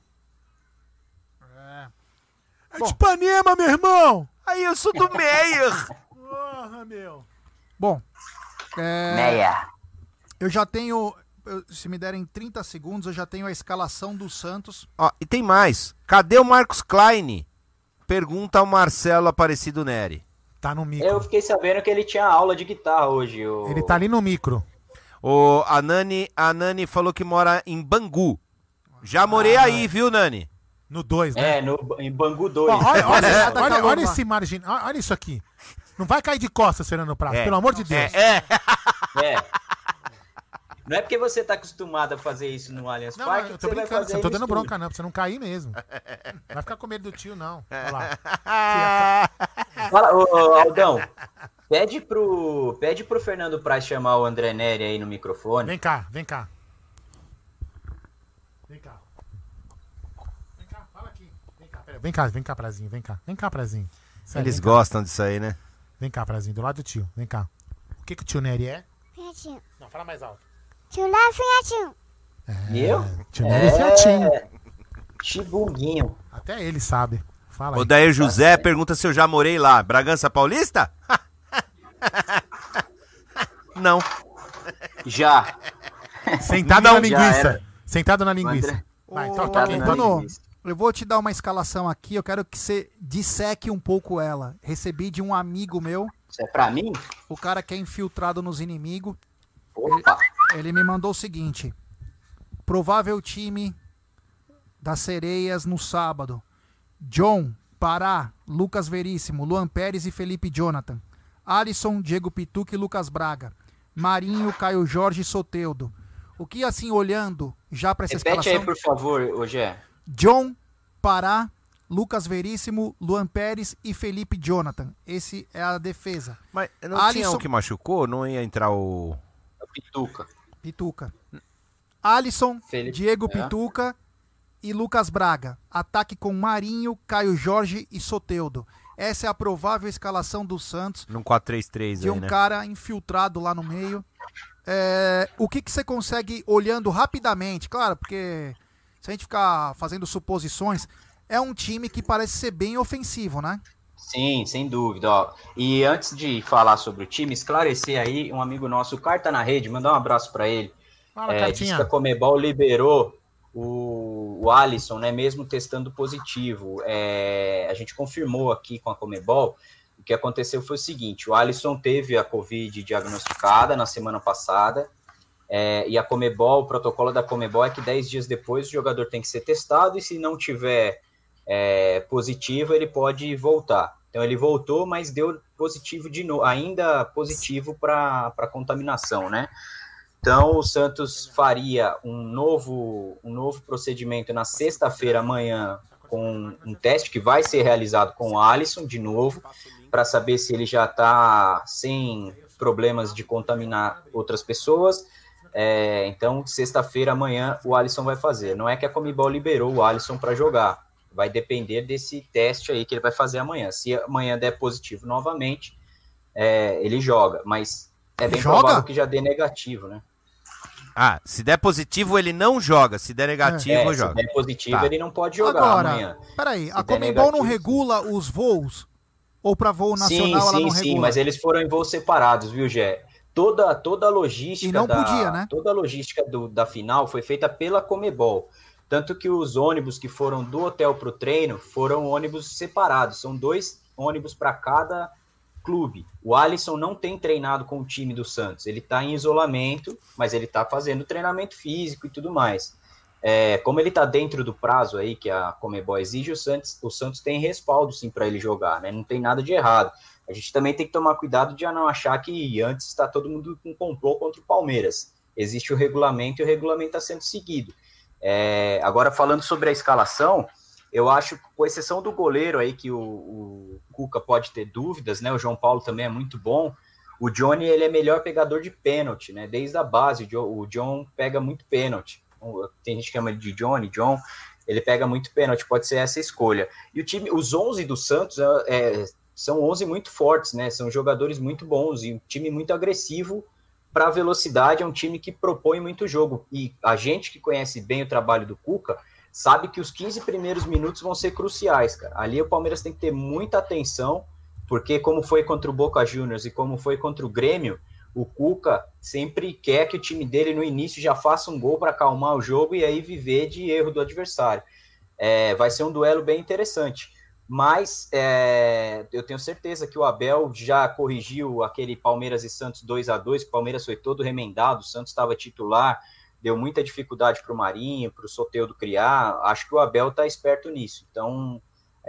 É de Ipanema, meu irmão! Aí, eu sou do Meier. Porra, meu. Bom, é, Meia. eu já tenho, eu- se me derem trinta segundos, eu já tenho a escalação do Santos. Ó, e tem mais. Cadê o Marcos Klein? Pergunta ao Marcelo Aparecido Neri. Tá no micro. Eu fiquei sabendo que ele tinha aula de guitarra hoje. O... Ele tá ali no micro. O, a, Nani, a Nani falou que mora em Bangu. Já morei aí, viu, Nani? No dois, né? É, no, em Bangu dois. Ó, olha, olha, Tá olha, calor olha lá. esse margem. Olha olha isso aqui. Não vai cair de costas, Fernando Prato, É. pelo amor de Deus. É, É. Não é porque você tá acostumado a fazer isso no Allianz Não, Parque não, eu que tô você vai brincando, fazer você não tô aí no dando estúdio. bronca, não, pra você não cair mesmo. Vai ficar com medo do tio, não. Olha lá. Fala, ô, ô, Aldão, pede pro, pede pro Fernando Praz chamar o André Neri aí no microfone. Vem cá, vem cá. Vem cá. Vem cá, fala aqui. Vem cá, pera, vem cá, vem cá, Prazinho, vem cá. Vem cá, Prazinho. Sério, Eles vem cá. gostam disso aí, né? Vem cá, Prazinho, do lado do tio. Vem cá. O que, que o tio Nery é? Fiatinho. Não, fala mais alto. Tio lá, fiatinho. Eu? Tio Nery é fiatinho. Chibuguinho. Até ele sabe. Fala aí. O Dair José pergunta se eu já morei lá. Bragança Paulista? Não. Já. Sentado Não, na já linguiça. era. Sentado na linguiça. André- Vai, Ô, toca aqui. na toca. Bruno, linguiça. eu vou te dar uma escalação aqui, eu quero que você disseque um pouco ela. Recebi de um amigo meu, Isso é pra mim? o cara que é infiltrado nos inimigos. Opa. Ele me mandou o seguinte: provável time das Sereias no sábado: John, Pará, Lucas Veríssimo, Luan Pérez e Felipe Jonathan, Alisson, Diego Pituca e Lucas Braga, Marinho, Caio Jorge e Soteldo. O que, assim, olhando já para essa Repete escalação: aí, por favor, Ogé. John, Pará, Lucas Veríssimo, Luan Pérez e Felipe Jonathan. Esse é a defesa. Mas não Alisson- tinha um que machucou? Não ia entrar o... Pituca. Pituca. Alisson, Felipe- Diego é. Pituca e Lucas Braga. Ataque com Marinho, Caio Jorge e Soteldo. Essa é a provável escalação do Santos, Num quatro três três de aí, um né? cara infiltrado lá no meio. É, o que, que você consegue olhando rapidamente? Claro, porque se a gente ficar fazendo suposições, é um time que parece ser bem ofensivo, né? Sim, sem dúvida. Ó. E antes de falar sobre o time, esclarecer aí, um amigo nosso, o Carta na Rede, mandar um abraço pra ele. Fala, É, disse Cartinha. que a Comebol liberou o, o Alisson, né, mesmo testando positivo. É, a gente confirmou aqui com a Comebol. O que aconteceu foi o seguinte: o Alisson teve a Covid diagnosticada na semana passada. É, e a Conmebol, o protocolo da Conmebol é que dez dias depois o jogador tem que ser testado e se não tiver é, positivo, ele pode voltar. Então ele voltou, mas deu positivo de novo, ainda positivo para a contaminação, né? Então o Santos faria um novo, um novo procedimento na sexta-feira amanhã com um teste que vai ser realizado com o Alisson de novo, para saber se ele já está sem problemas de contaminar outras pessoas. É, então, sexta-feira, amanhã, o Alisson vai fazer. Não é que a Conmebol liberou o Alisson para jogar. Vai depender desse teste aí que ele vai fazer amanhã. Se amanhã der positivo novamente, é, ele joga. Mas é bem Joga? provável que já dê negativo, né? Ah, se der positivo, ele não joga. Se der negativo, É, joga. se der positivo, Tá. ele não pode jogar Agora, amanhã. peraí, Se a der Conmebol não negativo, regula os voos? Ou para voo nacional sim, ela sim, não sim, regula? mas eles foram em voos separados, viu, Gé? Toda, toda a logística, E não da, podia, né? toda a logística do, da final foi feita pela Conmebol. Tanto que os ônibus que foram do hotel para o treino foram ônibus separados. São dois ônibus para cada clube. O Alisson não tem treinado com o time do Santos. Ele está em isolamento, mas ele está fazendo treinamento físico e tudo mais. É, como ele está dentro do prazo aí que a Conmebol exige, o Santos, o Santos tem respaldo sim para ele jogar, né? Não tem nada de errado. A gente também tem que tomar cuidado de não achar que antes está todo mundo com complô contra o Palmeiras. Existe o regulamento e o regulamento está sendo seguido. É, agora, falando sobre a escalação, eu acho, com exceção do goleiro aí, que o, o Cuca pode ter dúvidas, né? O João Paulo também é muito bom. O Johnny, ele é melhor pegador de pênalti, né? Desde a base, o John pega muito pênalti. Tem gente que chama ele de Johnny, John, ele pega muito pênalti, pode ser essa escolha. E o time, os onze do Santos é, é, são onze muito fortes, né? São jogadores muito bons e um time muito agressivo para a velocidade, é um time que propõe muito jogo. E a gente que conhece bem o trabalho do Cuca sabe que os quinze primeiros minutos vão ser cruciais, cara. Ali o Palmeiras tem que ter muita atenção, porque como foi contra o Boca Juniors e como foi contra o Grêmio, o Cuca sempre quer que o time dele no início já faça um gol para acalmar o jogo e aí viver de erro do adversário. É, vai ser um duelo bem interessante. Mas é, eu tenho certeza que o Abel já corrigiu aquele Palmeiras e Santos dois a dois, que o Palmeiras foi todo remendado, o Santos estava titular, deu muita dificuldade para o Marinho, para o Soteldo criar. Acho que o Abel está esperto nisso. Então,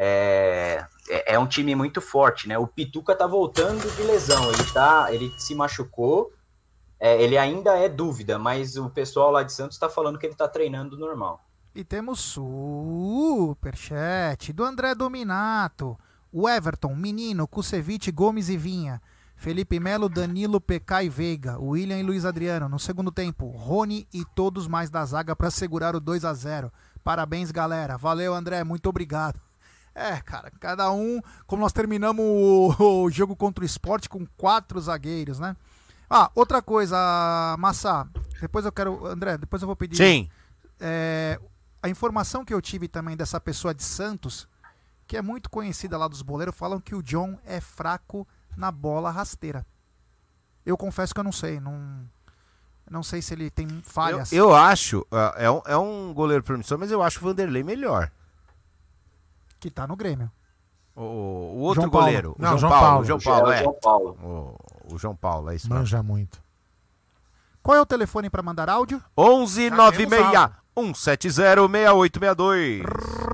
é, é um time muito forte, né? O Pituca tá voltando de lesão, ele, tá, ele se machucou, é, ele ainda é dúvida, mas o pessoal lá de Santos tá falando que ele tá treinando normal. E temos superchat do André Dominato, o Everton, Menino, Kusevich, Gomes e Vinha, Felipe Melo, Danilo, P K e Veiga, William e Luiz Adriano. No segundo tempo, Rony e todos mais da zaga para segurar o dois a zero. Parabéns, galera. Valeu, André, muito obrigado. É, cara, cada um, como nós terminamos o, o jogo contra o Sport com quatro zagueiros, né? Ah, outra coisa, Massa, depois eu quero, André, depois eu vou pedir. Sim. É, a informação que eu tive também dessa pessoa de Santos, que é muito conhecida lá dos boleiros, falam que o John é fraco na bola rasteira. Eu confesso que eu não sei, não, não sei se ele tem falhas. Eu, eu acho, uh, é, um, é um goleiro promissor, mas eu acho o Vanderlei melhor. Que tá no Grêmio. O, o outro João Paulo. goleiro, o Não, João, João Paulo, Paulo. o João Paulo, É é. o João Paulo. O, o João Paulo, é isso mesmo. Manja muito. Qual é o telefone para mandar áudio? onze nove seis áudio. um sete zero seis oito seis dois.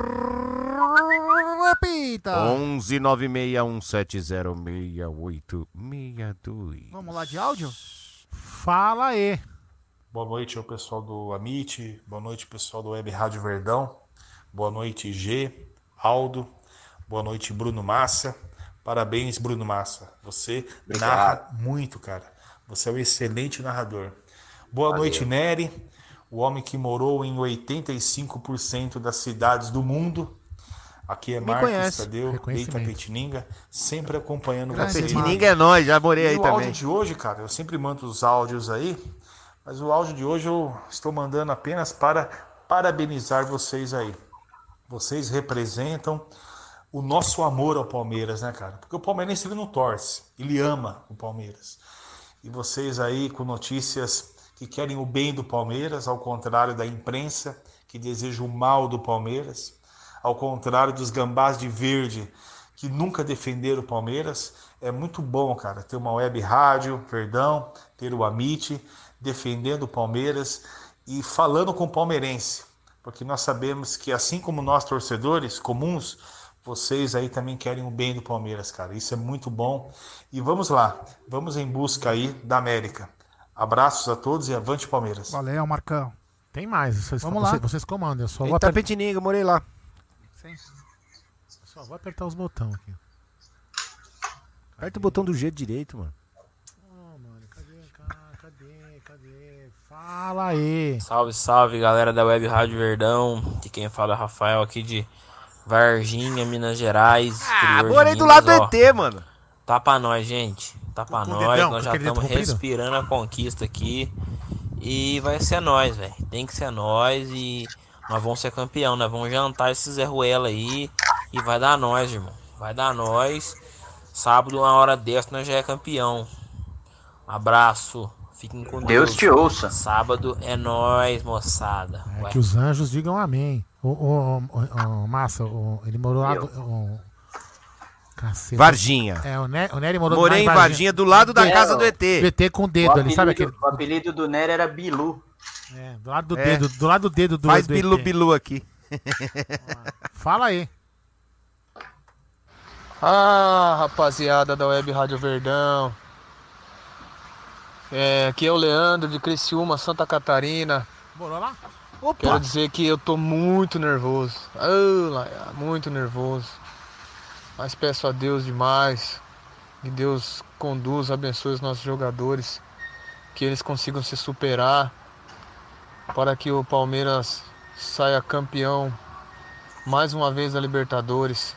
Repita! onze nove seis um sete zero seis oito seis dois. Vamos lá de áudio? Fala aí. Boa noite ao pessoal do Amit, boa noite pessoal do Web Rádio Verdão, boa noite G, Aldo, boa noite Bruno Massa, parabéns Bruno Massa, você Obrigado. narra muito, cara, você é um excelente narrador. Boa Valeu. noite Nery, o homem que morou em oitenta e cinco por cento das cidades do mundo. Aqui é Me Marcos conhece. Tadeu, de Reconhecimento. Itapetininga, sempre acompanhando Grande vocês. Petininga é nóis, já morei E aí o também. áudio de hoje, cara, eu sempre mando os áudios aí, mas o áudio de hoje eu estou mandando apenas para parabenizar vocês aí. Vocês representam o nosso amor ao Palmeiras, né, cara? Porque o palmeirense ele não torce, ele ama o Palmeiras. E vocês aí com notícias que querem o bem do Palmeiras, ao contrário da imprensa que deseja o mal do Palmeiras, ao contrário dos gambás de verde que nunca defenderam o Palmeiras. É muito bom, cara, ter uma web rádio, perdão, ter o Amit, defendendo o Palmeiras e falando com o palmeirense, porque nós sabemos que assim como nós torcedores comuns, vocês aí também querem o bem do Palmeiras, cara. Isso é muito bom. E vamos lá, vamos em busca aí da América. Abraços a todos e avante Palmeiras. Valeu, Marcão. Tem mais, vocês, Vamos vocês, lá. vocês comandam. Eu só vou, Eita, aper... Petininga, eu morei lá. Sim. só vou apertar os botões aqui. Aperta o botão do jeito direito, mano. Oh, mano, cadê, cara? Cadê? Cadê? Fala aí. Salve, salve, galera da Web Rádio Verdão. De quem fala é Rafael aqui de Varginha, Minas Gerais. Ah, morei do lado do ó, E T, mano. Tá pra nós, gente. Tá pra Com nós. dedão, nós com já aquele dedo estamos comprido? respirando a conquista aqui. E vai ser nós, velho. Tem que ser nós e nós vamos ser campeão. Nós vamos jantar esse Zé Ruela aí e vai dar nós, irmão. Vai dar nós. Sábado, uma hora dessa, nós já é campeão. Abraço. Fiquem com Deus. Deus te ouça. Sábado é nós, moçada. É Vai. que os anjos digam amém. O, o, o, o Massa, o, ele morou lá. Do, o, cacete. Varginha. É, o, ne, o Nery morou Morei lá em Varginha, do lado da É, casa ó. do E T. Do E T com o dedo O ali, sabe apelido, aquele. o apelido do Nery era Bilu. É, do lado do É. dedo, do lado do dedo do Faz do E T. bilu-bilu aqui. Fala aí. Ah, rapaziada da Web Rádio Verdão. É, aqui é o Leandro de Criciúma, Santa Catarina. Morou lá? Quero Opa! dizer que eu tô muito nervoso. Ah, Laia, muito nervoso. Mas peço a Deus demais. Que Deus conduza, abençoe os nossos jogadores. Que eles consigam se superar. Para que o Palmeiras saia campeão mais uma vez da Libertadores.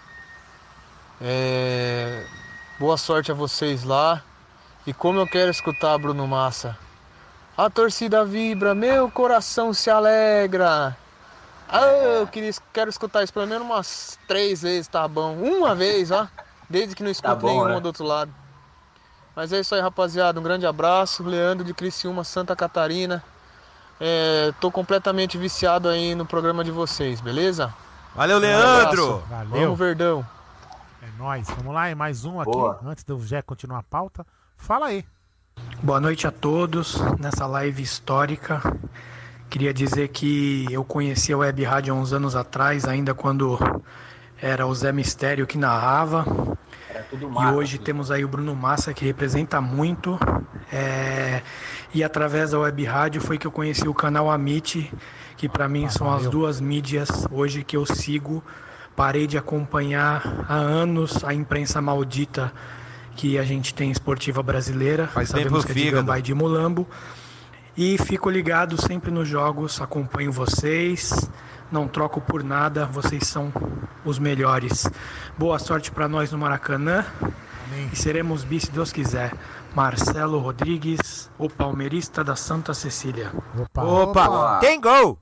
É... Boa sorte a vocês lá. E como eu quero escutar Bruno Massa. A torcida vibra, meu coração se alegra. Ah, eu queria, quero escutar isso pelo menos umas três vezes, tá bom? Uma vez, ó. Desde que não escuto Tá bom, nenhuma né? do outro lado. Mas é isso aí, rapaziada. Um grande abraço. Leandro de Criciúma, Santa Catarina. É, tô completamente viciado aí no programa de vocês, beleza? Valeu, Um Leandro. abraço. Valeu. Vamos, Verdão. É nóis. Vamos lá, é mais um aqui. Boa. Antes do Jé continuar a pauta. Fala aí. Boa noite a todos nessa live histórica. Queria dizer que eu conheci a Web Rádio há uns anos atrás, ainda quando era o Zé Mistério que narrava. Era tudo E mato. hoje temos aí o Bruno Massa, que representa muito. É, E através da Web Rádio foi que eu conheci o canal Amit, que para mim Ah, são as valeu. duas mídias hoje que eu sigo. Parei de acompanhar há anos a imprensa maldita que a gente tem esportiva brasileira. Faz Sabemos tempo que é fígado. de Gambá e de Mulambo. E fico ligado sempre nos jogos, acompanho vocês, não troco por nada, vocês são os melhores. Boa sorte para nós no Maracanã. Amém. E seremos bi se Deus quiser. Marcelo Rodrigues, o palmeirista da Santa Cecília. Opa. Opa, Opa. tem gol.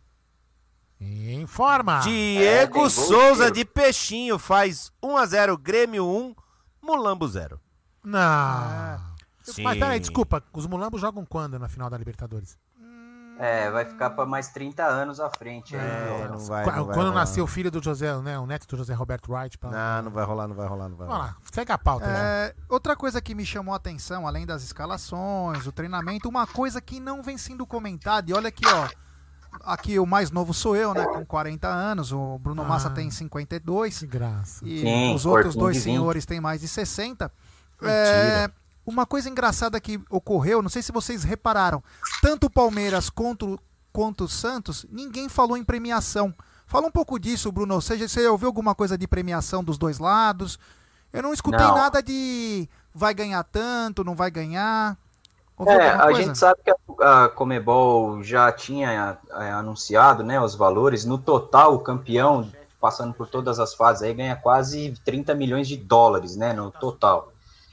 Informa. Diego É, tem gol, Souza tiro. de Peixinho faz um a zero, Grêmio um, Mulambo zero. Não. Sim. Mas peraí, desculpa. Os mulambos jogam quando na final da Libertadores? É, vai ficar pra mais trinta anos à frente. aí, É, ó. não vai, Qu- não vai Quando rolar. nasceu o filho do José, né? O neto do José Roberto Wright. Pra... Não, não vai rolar, não vai rolar, não vai Vamos rolar. lá, segue a pauta. já. É, outra coisa que me chamou a atenção, além das escalações, o treinamento, uma coisa que não vem sendo comentada, e olha aqui, ó. Aqui o mais novo sou eu, né? Com quarenta anos, o Bruno Ah. Massa tem cinquenta e dois. Que graça. E Sim, os outros corpinho dois de vinte. senhores têm mais de sessenta. É, uma coisa engraçada que ocorreu, não sei se vocês repararam, tanto o Palmeiras quanto, quanto o Santos, ninguém falou em premiação. Fala um pouco disso, Bruno. Ou seja, você ouviu alguma coisa de premiação dos dois lados? Eu não escutei Não. nada de vai ganhar tanto, não vai ganhar. Ouviu É, alguma a coisa? gente sabe que a, a Comebol já tinha é, anunciado, né, os valores. No total, o campeão, passando por todas as fases, aí ganha quase trinta milhões de dólares, né, no total.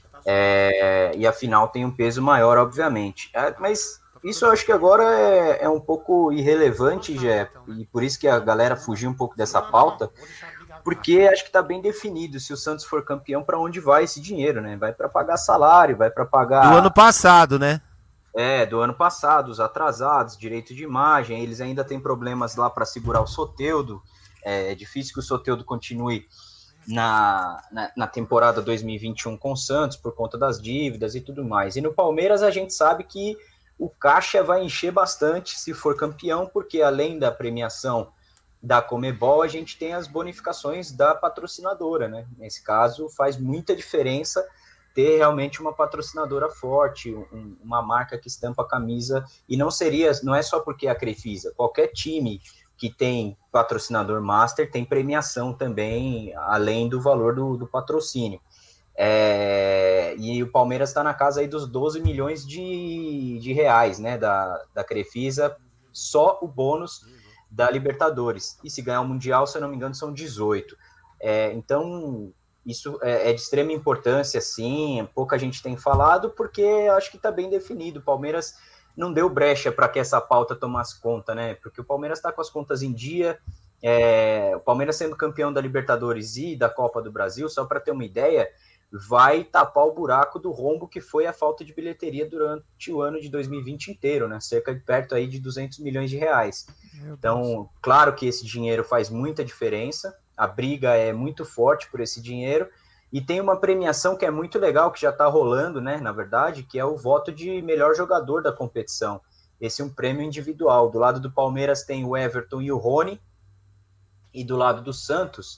É, e a final tem um peso maior, obviamente. É, mas isso eu acho que agora é, é um pouco irrelevante, Jé, e por isso que a galera fugiu um pouco dessa pauta, porque acho que está bem definido, se o Santos for campeão, para onde vai esse dinheiro, né? Vai para pagar salário, vai para pagar... Do ano passado, né? É, do ano passado, os atrasados, direito de imagem, eles ainda têm problemas lá para segurar o Soteldo, é, é difícil que o Soteldo continue na, na, na temporada dois mil e vinte e um com o Santos, por conta das dívidas e tudo mais. E no Palmeiras a gente sabe que o caixa vai encher bastante se for campeão, porque além da premiação da Conmebol, a gente tem as bonificações da patrocinadora, né? Nesse caso, faz muita diferença ter realmente uma patrocinadora forte, um, uma marca que estampa a camisa, e não seria, não é só porque é a Crefisa, qualquer time que tem patrocinador master tem premiação também, além do valor do, do patrocínio. É, e o Palmeiras está na casa aí dos doze milhões de, de reais, né, da, da Crefisa, só o bônus da Libertadores, e se ganhar o Mundial, se eu não me engano, são dezoito. É, então, isso é, é de extrema importância, sim, pouca gente tem falado, porque acho que está bem definido. O Palmeiras não deu brecha para que essa pauta tomasse conta, né, porque o Palmeiras está com as contas em dia, é, o Palmeiras sendo campeão da Libertadores e da Copa do Brasil, só para ter uma ideia, vai tapar o buraco do rombo que foi a falta de bilheteria durante o ano de dois mil e vinte inteiro, né? Cerca de perto aí de duzentos milhões de reais. Então, claro que esse dinheiro faz muita diferença, a briga é muito forte por esse dinheiro, e tem uma premiação que é muito legal, que já está rolando, né? Na verdade, que é o voto de melhor jogador da competição. Esse é um prêmio individual. Do lado do Palmeiras tem o Everton e o Rony, e do lado do Santos...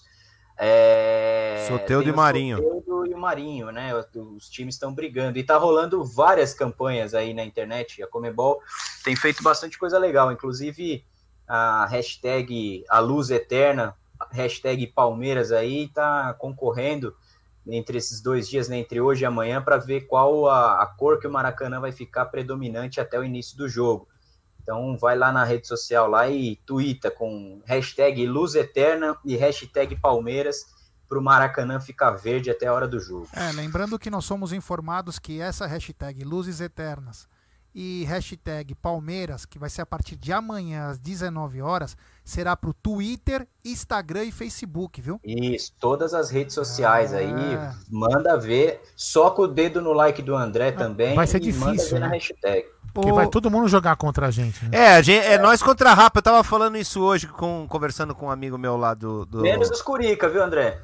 É, Soteldo e Marinho. Soteldo e o Marinho, né? Os times estão brigando e tá rolando várias campanhas aí na internet. A Conmebol tem feito bastante coisa legal, inclusive a hashtag A Luz Eterna, hashtag Palmeiras aí tá concorrendo entre esses dois dias, né? Entre hoje e amanhã, para ver qual a, a cor que o Maracanã vai ficar predominante até o início do jogo. Então vai lá na rede social lá e tuita com hashtag Luz Eterna e hashtag Palmeiras para o Maracanã ficar verde até a hora do jogo. É, lembrando que nós somos informados que essa hashtag Luzes Eternas e hashtag Palmeiras, que vai ser a partir de amanhã às dezenove horas, será para o Twitter, Instagram e Facebook, viu? Isso, todas as redes sociais é. aí, manda ver, soca o dedo no like do André também. Vai ser e difícil, manda ver né? na hashtag. Porque vai todo mundo jogar contra a gente. Né? É, a gente, é nós contra a Rapa. Eu tava falando isso hoje, com, conversando com um amigo meu lá do... do... Menos os Curica, viu, André?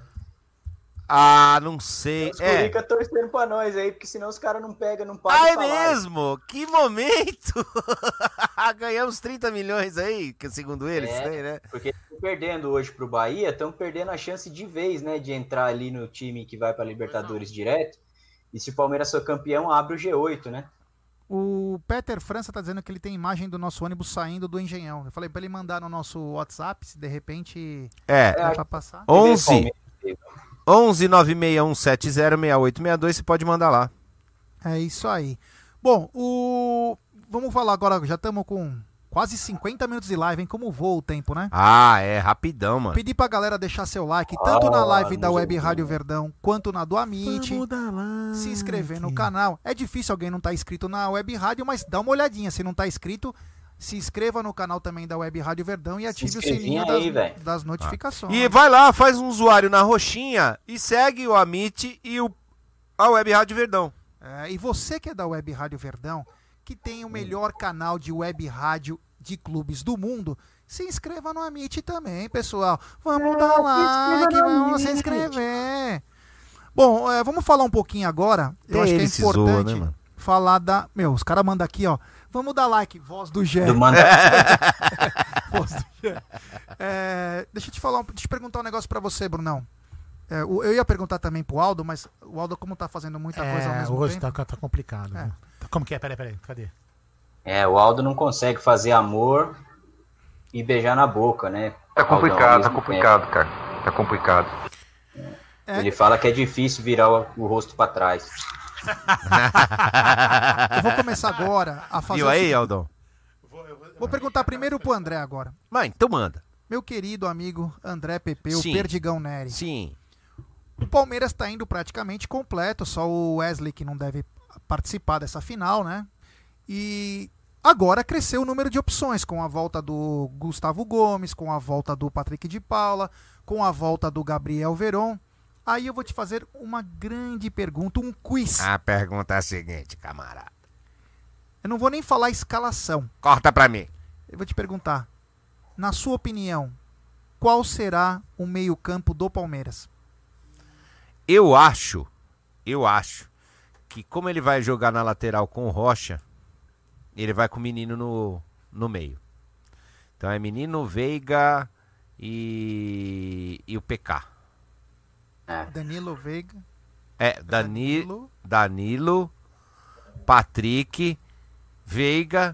Ah, não sei. Os é. Curica torcendo pra nós aí, porque senão os caras não pegam, não pagam. Ah, é salário. mesmo? Que momento! Ganhamos trinta milhões aí, que segundo eles, É, tem, né? Porque estão perdendo hoje pro Bahia, estão perdendo a chance de vez, né, de entrar ali no time que vai pra Libertadores direto. E se o Palmeiras for campeão, abre o G oito, né? O Peter França tá dizendo que ele tem imagem do nosso ônibus saindo do Engenhão. Eu falei pra ele mandar no nosso WhatsApp, se de repente É, dá pra passar. onze onze nove seis um sete zero seis oito seis dois, você pode mandar lá. É isso aí. Bom, o... vamos falar agora, já estamos com quase cinquenta minutos de live, hein? Como voa o tempo, né? Ah, é, rapidão, mano. Pedir pra galera deixar seu like, tanto na live Ah, da não Web sei. Rádio Verdão, quanto na do Amit. Vamos dar like. Se inscrever no canal. É difícil alguém não estar inscrito na Web Rádio, mas dá uma olhadinha. Se não tá inscrito, se inscreva no canal também da Web Rádio Verdão e ative o sininho aí, das, velho. das notificações. E vai lá, faz um usuário na roxinha e segue o Amit e o, a Web Rádio Verdão. É, e você que é da Web Rádio Verdão, que tem o melhor canal de web rádio de clubes do mundo, se inscreva no Amit também, pessoal. Vamos dar like, vamos se inscrever. Bom, é, vamos falar um pouquinho agora. Eu Até acho que é ele se zoa, importante né, mano? falar da... Meu, os caras mandam aqui, ó. Vamos dar like, voz do Gé. Do manda... Voz do Gé. É, deixa eu te falar, deixa eu perguntar um negócio pra você, Brunão. É, o- eu ia perguntar também pro Aldo, mas o Aldo, como tá fazendo muita coisa ao É, mesmo hoje tempo... tá, tá complicado. É. Viu? Como que é? Peraí, peraí, cadê? É, o Aldo não consegue fazer amor e beijar na boca, né? Tá Aldão, ao complicado, mesmo tá complicado, cara. Tá complicado. tempo. Ele fala que é difícil virar o, o rosto pra trás. Eu vou começar agora a fazer Viu o aí, seguinte. Aldão? Vou perguntar primeiro pro André agora. Mas então manda. Meu querido amigo André Pepe, o Sim. Perdigão Neri. Sim. O Palmeiras tá indo praticamente completo, só o Wesley que não deve participar dessa final, né? E agora cresceu o número de opções, com a volta do Gustavo Gomes, com a volta do Patrick de Paula, com a volta do Gabriel Veron. Aí eu vou te fazer uma grande pergunta, um quiz. A pergunta é a seguinte, camarada. Eu não vou nem falar a escalação. Corta pra mim. Eu vou te perguntar, na sua opinião, qual será o meio-campo do Palmeiras? Eu acho, eu acho que como ele vai jogar na lateral com o Rocha, Ele vai com o menino no, no meio. Então é menino, Veiga e, e o P K. É. Danilo, Veiga. É, Dani, Danilo. Danilo, Patrick, Veiga.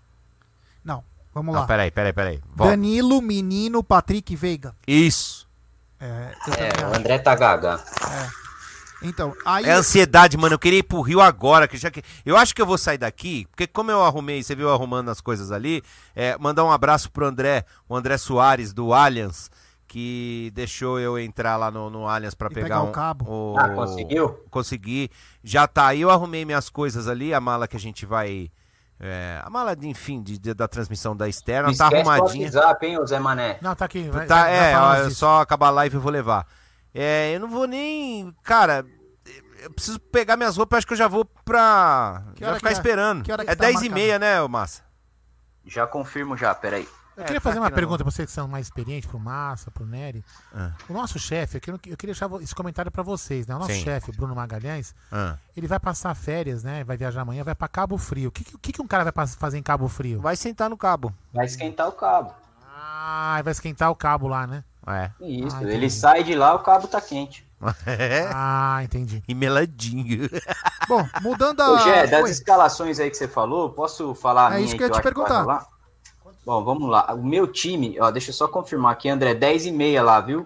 Não, vamos lá. Não, peraí, peraí, peraí. Volta. Danilo, menino, Patrick, Veiga. Isso. É, é o André tá gaga. É. Então, aí... É ansiedade, mano. Eu queria ir pro Rio agora. Que já que... Eu acho que eu vou sair daqui, porque como eu arrumei, você viu eu arrumando as coisas ali, é, mandar um abraço pro André, o André Soares, do Allianz, que deixou eu entrar lá no, no Allianz pra pegar, pegar um, o cabo. O... Ah, conseguiu? Consegui. Já tá aí, eu arrumei minhas coisas ali, a mala que a gente vai... É, a mala, de, enfim, de, de, da transmissão da externa, tá arrumadinha. O WhatsApp, hein, o Zé Mané? Não, tá aqui. Vai, tá, vai, é, vai ó, só acabar a live eu vou levar. É, eu não vou nem... Cara... Eu preciso pegar minhas roupas, acho que eu já vou pra... Já ficar é? esperando. É dez e meia, né, Massa? Já confirmo já, peraí. Eu queria É, fazer tá uma aqui, pergunta pra vocês que são mais experientes, pro Massa, pro Nery. Ah. O nosso chefe, eu queria, eu queria deixar esse comentário pra vocês, né? O nosso Sim. chefe, Bruno Magalhães, Ah. ele vai passar férias, né? Vai viajar amanhã, vai pra Cabo Frio. O que, que, que um cara vai pass- fazer em Cabo Frio? Vai sentar no cabo. Vai esquentar o cabo. Ah, vai esquentar o cabo lá, né? É. Isso, Ah, ele entendi. sai de lá, o cabo tá quente. É. Ah, entendi. E meladinho. Bom, mudando a... Ô, Gé, das Oi. escalações aí que você falou, posso falar a É minha isso aí que eu ia te acho vai perguntar. rolar? Bom, vamos lá. O meu time, ó, deixa eu só confirmar aqui, André, dez e meia lá, viu?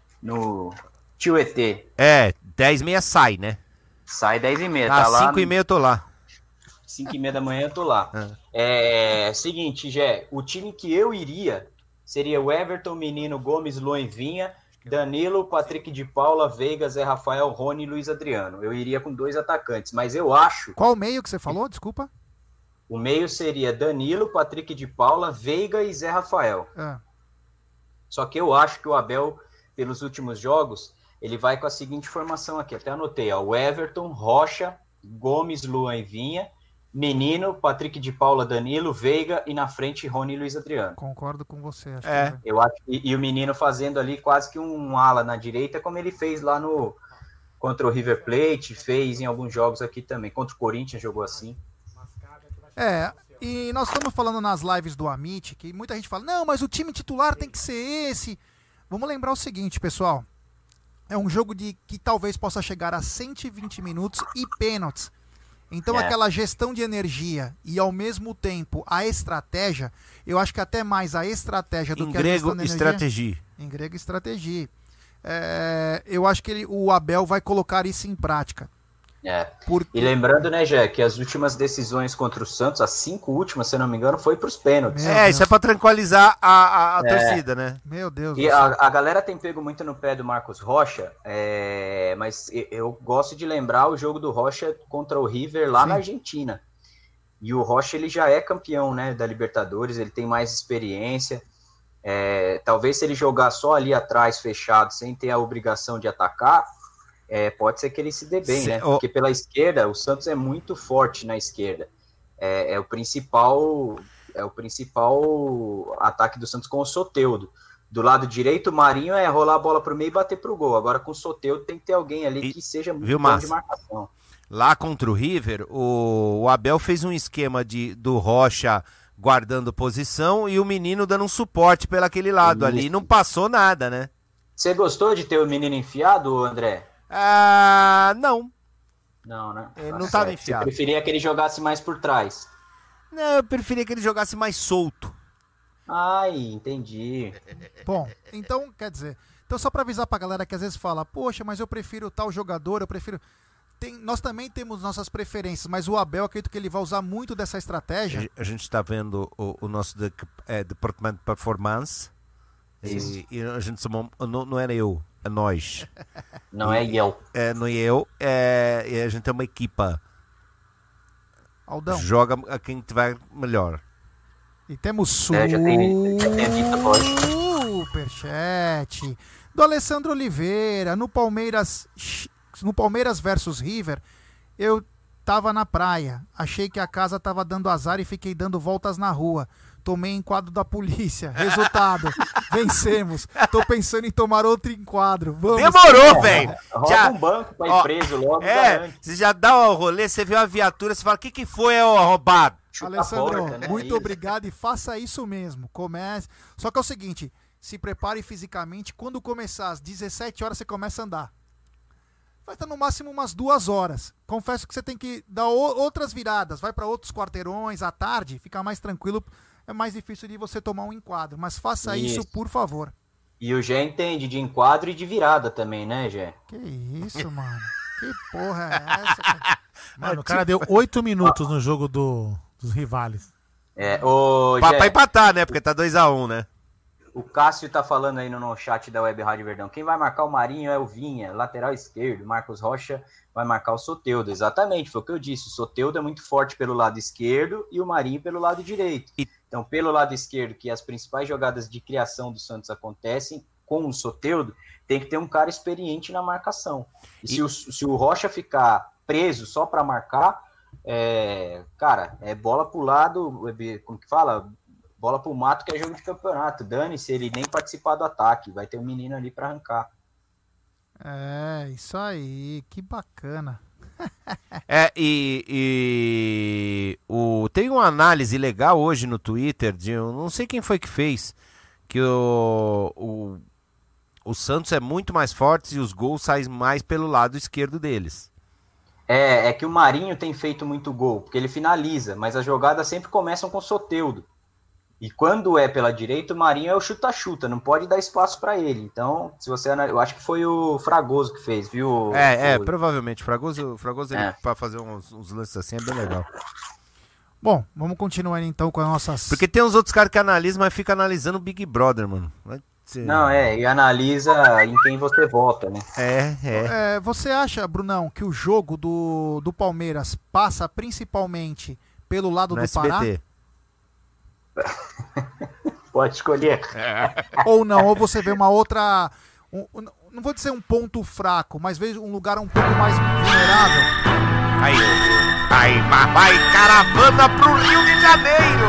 No Tio E T. É, dez e meia sai, né? Sai dez e meia, Às tá lá. cinco e meia eu tô lá. cinco e meia da manhã eu tô lá. É, seguinte, Gé, o time que eu iria seria o Everton, Menino, Gomes, Luan Vinha, Danilo, Patrick de Paula, Veiga, Zé Rafael, Rony e Luiz Adriano. Eu iria com dois atacantes, mas eu acho... Qual o meio que você falou? Desculpa. O meio seria Danilo, Patrick de Paula, Veiga e Zé Rafael. É. Só que eu acho que o Abel, pelos últimos jogos, ele vai com a seguinte formação aqui, até anotei, ó, o Everton, Rocha, Gomes, Luan e Vinha, Menino, Patrick de Paula, Danilo, Veiga e na frente Rony e Luiz Adriano. Concordo com você. Acho É. que... Eu acho, e, e o Menino fazendo ali quase que um ala na direita, como ele fez lá no contra o River Plate, fez em alguns jogos aqui também. Contra o Corinthians jogou assim. É, e nós estamos falando nas lives do Amit, que muita gente fala, não, mas o time titular tem que ser esse. Vamos lembrar o seguinte, pessoal. É um jogo de que talvez possa chegar a cento e vinte minutos e pênaltis. Então É. aquela gestão de energia e ao mesmo tempo a estratégia, eu acho que até mais a estratégia do Em que a grego, gestão de energia. estratégia. Em grego, estratégia. É, eu acho que ele, o Abel vai colocar isso em prática. É. Porque... E lembrando, né, Jé, que as últimas decisões contra o Santos, as cinco últimas, se eu não me engano, foi pros pênaltis. Meu É, Deus. isso é pra tranquilizar a, a, a É. torcida, né? Meu Deus E do céu. a, a galera tem pego muito no pé do Marcos Rocha, é, mas e- eu gosto de lembrar o jogo do Rocha contra o River lá Sim. na Argentina. E o Rocha, ele já é campeão, né, da Libertadores, ele tem mais experiência. É, talvez se ele jogar só ali atrás, fechado, sem ter a obrigação de atacar, é, pode ser que ele se dê bem, Se- né? o- Porque pela esquerda, o Santos é muito forte na esquerda. É, é o principal é o principal ataque do Santos com o Soteldo. Do lado direito, o Marinho é rolar a bola pro meio e bater pro gol. Agora com o Soteldo tem que ter alguém ali E- que seja muito viu, bom Márcio? de marcação. Lá contra o River, o, o Abel fez um esquema de, do Rocha guardando posição e o menino dando um suporte pelo aquele lado ali. Isso. Não passou nada, né? Você gostou de ter o menino enfiado, André? Ah, não. Não, né? Ele Tá não tava certo. enfiado. Você preferia que ele jogasse mais por trás? Não, eu preferia que ele jogasse mais solto. Ai, entendi. Bom, então, quer dizer, então só pra avisar pra galera que às vezes fala, poxa, mas eu prefiro tal jogador, eu prefiro... Tem, nós também temos nossas preferências, mas o Abel, acredito que ele vai usar muito dessa estratégia. A gente está vendo o, o nosso de, é, departamento de performance. E, e a gente somos, não, não era eu, é nós. Não é eu. É, não é eu, é, e a gente é uma equipa. Aldão. Joga a quem tiver melhor. E temos É, já tem- já tem a dita hoje. superchat do Alessandro Oliveira no Palmeiras, no Palmeiras versus River. Eu Tava na praia. Achei que a casa tava dando azar e fiquei dando voltas na rua. Tomei enquadro da polícia. Resultado, vencemos. Tô pensando em tomar outro enquadro. Vamos. Demorou, velho. Rouba Já- um banco pra ir ó, preso logo. É, garante. você já dá o rolê, você vê uma viatura, você fala, o que que foi, ô roubado? Chuta Alessandro, a porta, né? muito Isso. obrigado e faça isso mesmo. Comece. Só que é o seguinte, se prepare fisicamente. Quando começar às dezessete horas, você começa a andar. Vai estar no máximo umas duas horas. Confesso que você tem que dar o- outras viradas. Vai para outros quarteirões à tarde, fica mais tranquilo. É mais difícil de você tomar um enquadro. Mas faça isso, Isso. por favor. E o Gé entende de enquadro e de virada também, né, Gé? Que isso, mano? Que porra é essa, cara? Mano, o cara deu oito minutos no jogo do, dos rivais. É, ô, Pra, Gé, pra empatar, né? Porque tá dois a um, né? o Cássio tá falando aí no, no chat da Web Rádio Verdão. Quem vai marcar o Marinho é o Vinha, lateral esquerdo. Marcos Rocha vai marcar o Soteldo. Exatamente, foi o que eu disse. O Soteldo é muito forte pelo lado esquerdo e o Marinho pelo lado direito. E- Então, pelo lado esquerdo, que as principais jogadas de criação do Santos acontecem com o Soteldo, tem que ter um cara experiente na marcação. E, se, o, se o Rocha ficar preso só para marcar, é, cara, é bola pro lado, como que fala? Bola pro mato, que é jogo de campeonato. Dane-se ele nem participar do ataque. Vai ter um menino ali para arrancar. É, isso aí. Que bacana. É, e, e o, tem uma análise legal hoje no Twitter, de eu não sei quem foi que fez, que o, o, o Santos é muito mais forte e os gols saem mais pelo lado esquerdo deles. É, é que o Marinho tem feito muito gol, porque ele finaliza, mas as jogadas sempre começam com o Soteldo. E quando é pela direita, o Marinho é o chuta-chuta, não pode dar espaço para ele. Então, se você analisar, eu acho que foi o Fragoso que fez, viu? É, é, o... provavelmente. O Fragoso, o Fragoso É. ele, pra fazer uns, uns lances assim, é bem legal. Bom, vamos continuar então com as nossas... Porque tem uns outros caras que analisam, mas fica analisando o Big Brother, mano. Vai ser- Não, é, e analisa em quem você vota, né? É, é. É, você acha, Brunão, que o jogo do, do Palmeiras passa principalmente pelo lado No do S B T. Pará? Pode escolher. Ou não? Ou você vê uma outra... um- um- não vou dizer um ponto fraco, mas vejo um lugar um pouco mais vulnerável. Aí, aí, vai, vai caravana pro Rio de Janeiro!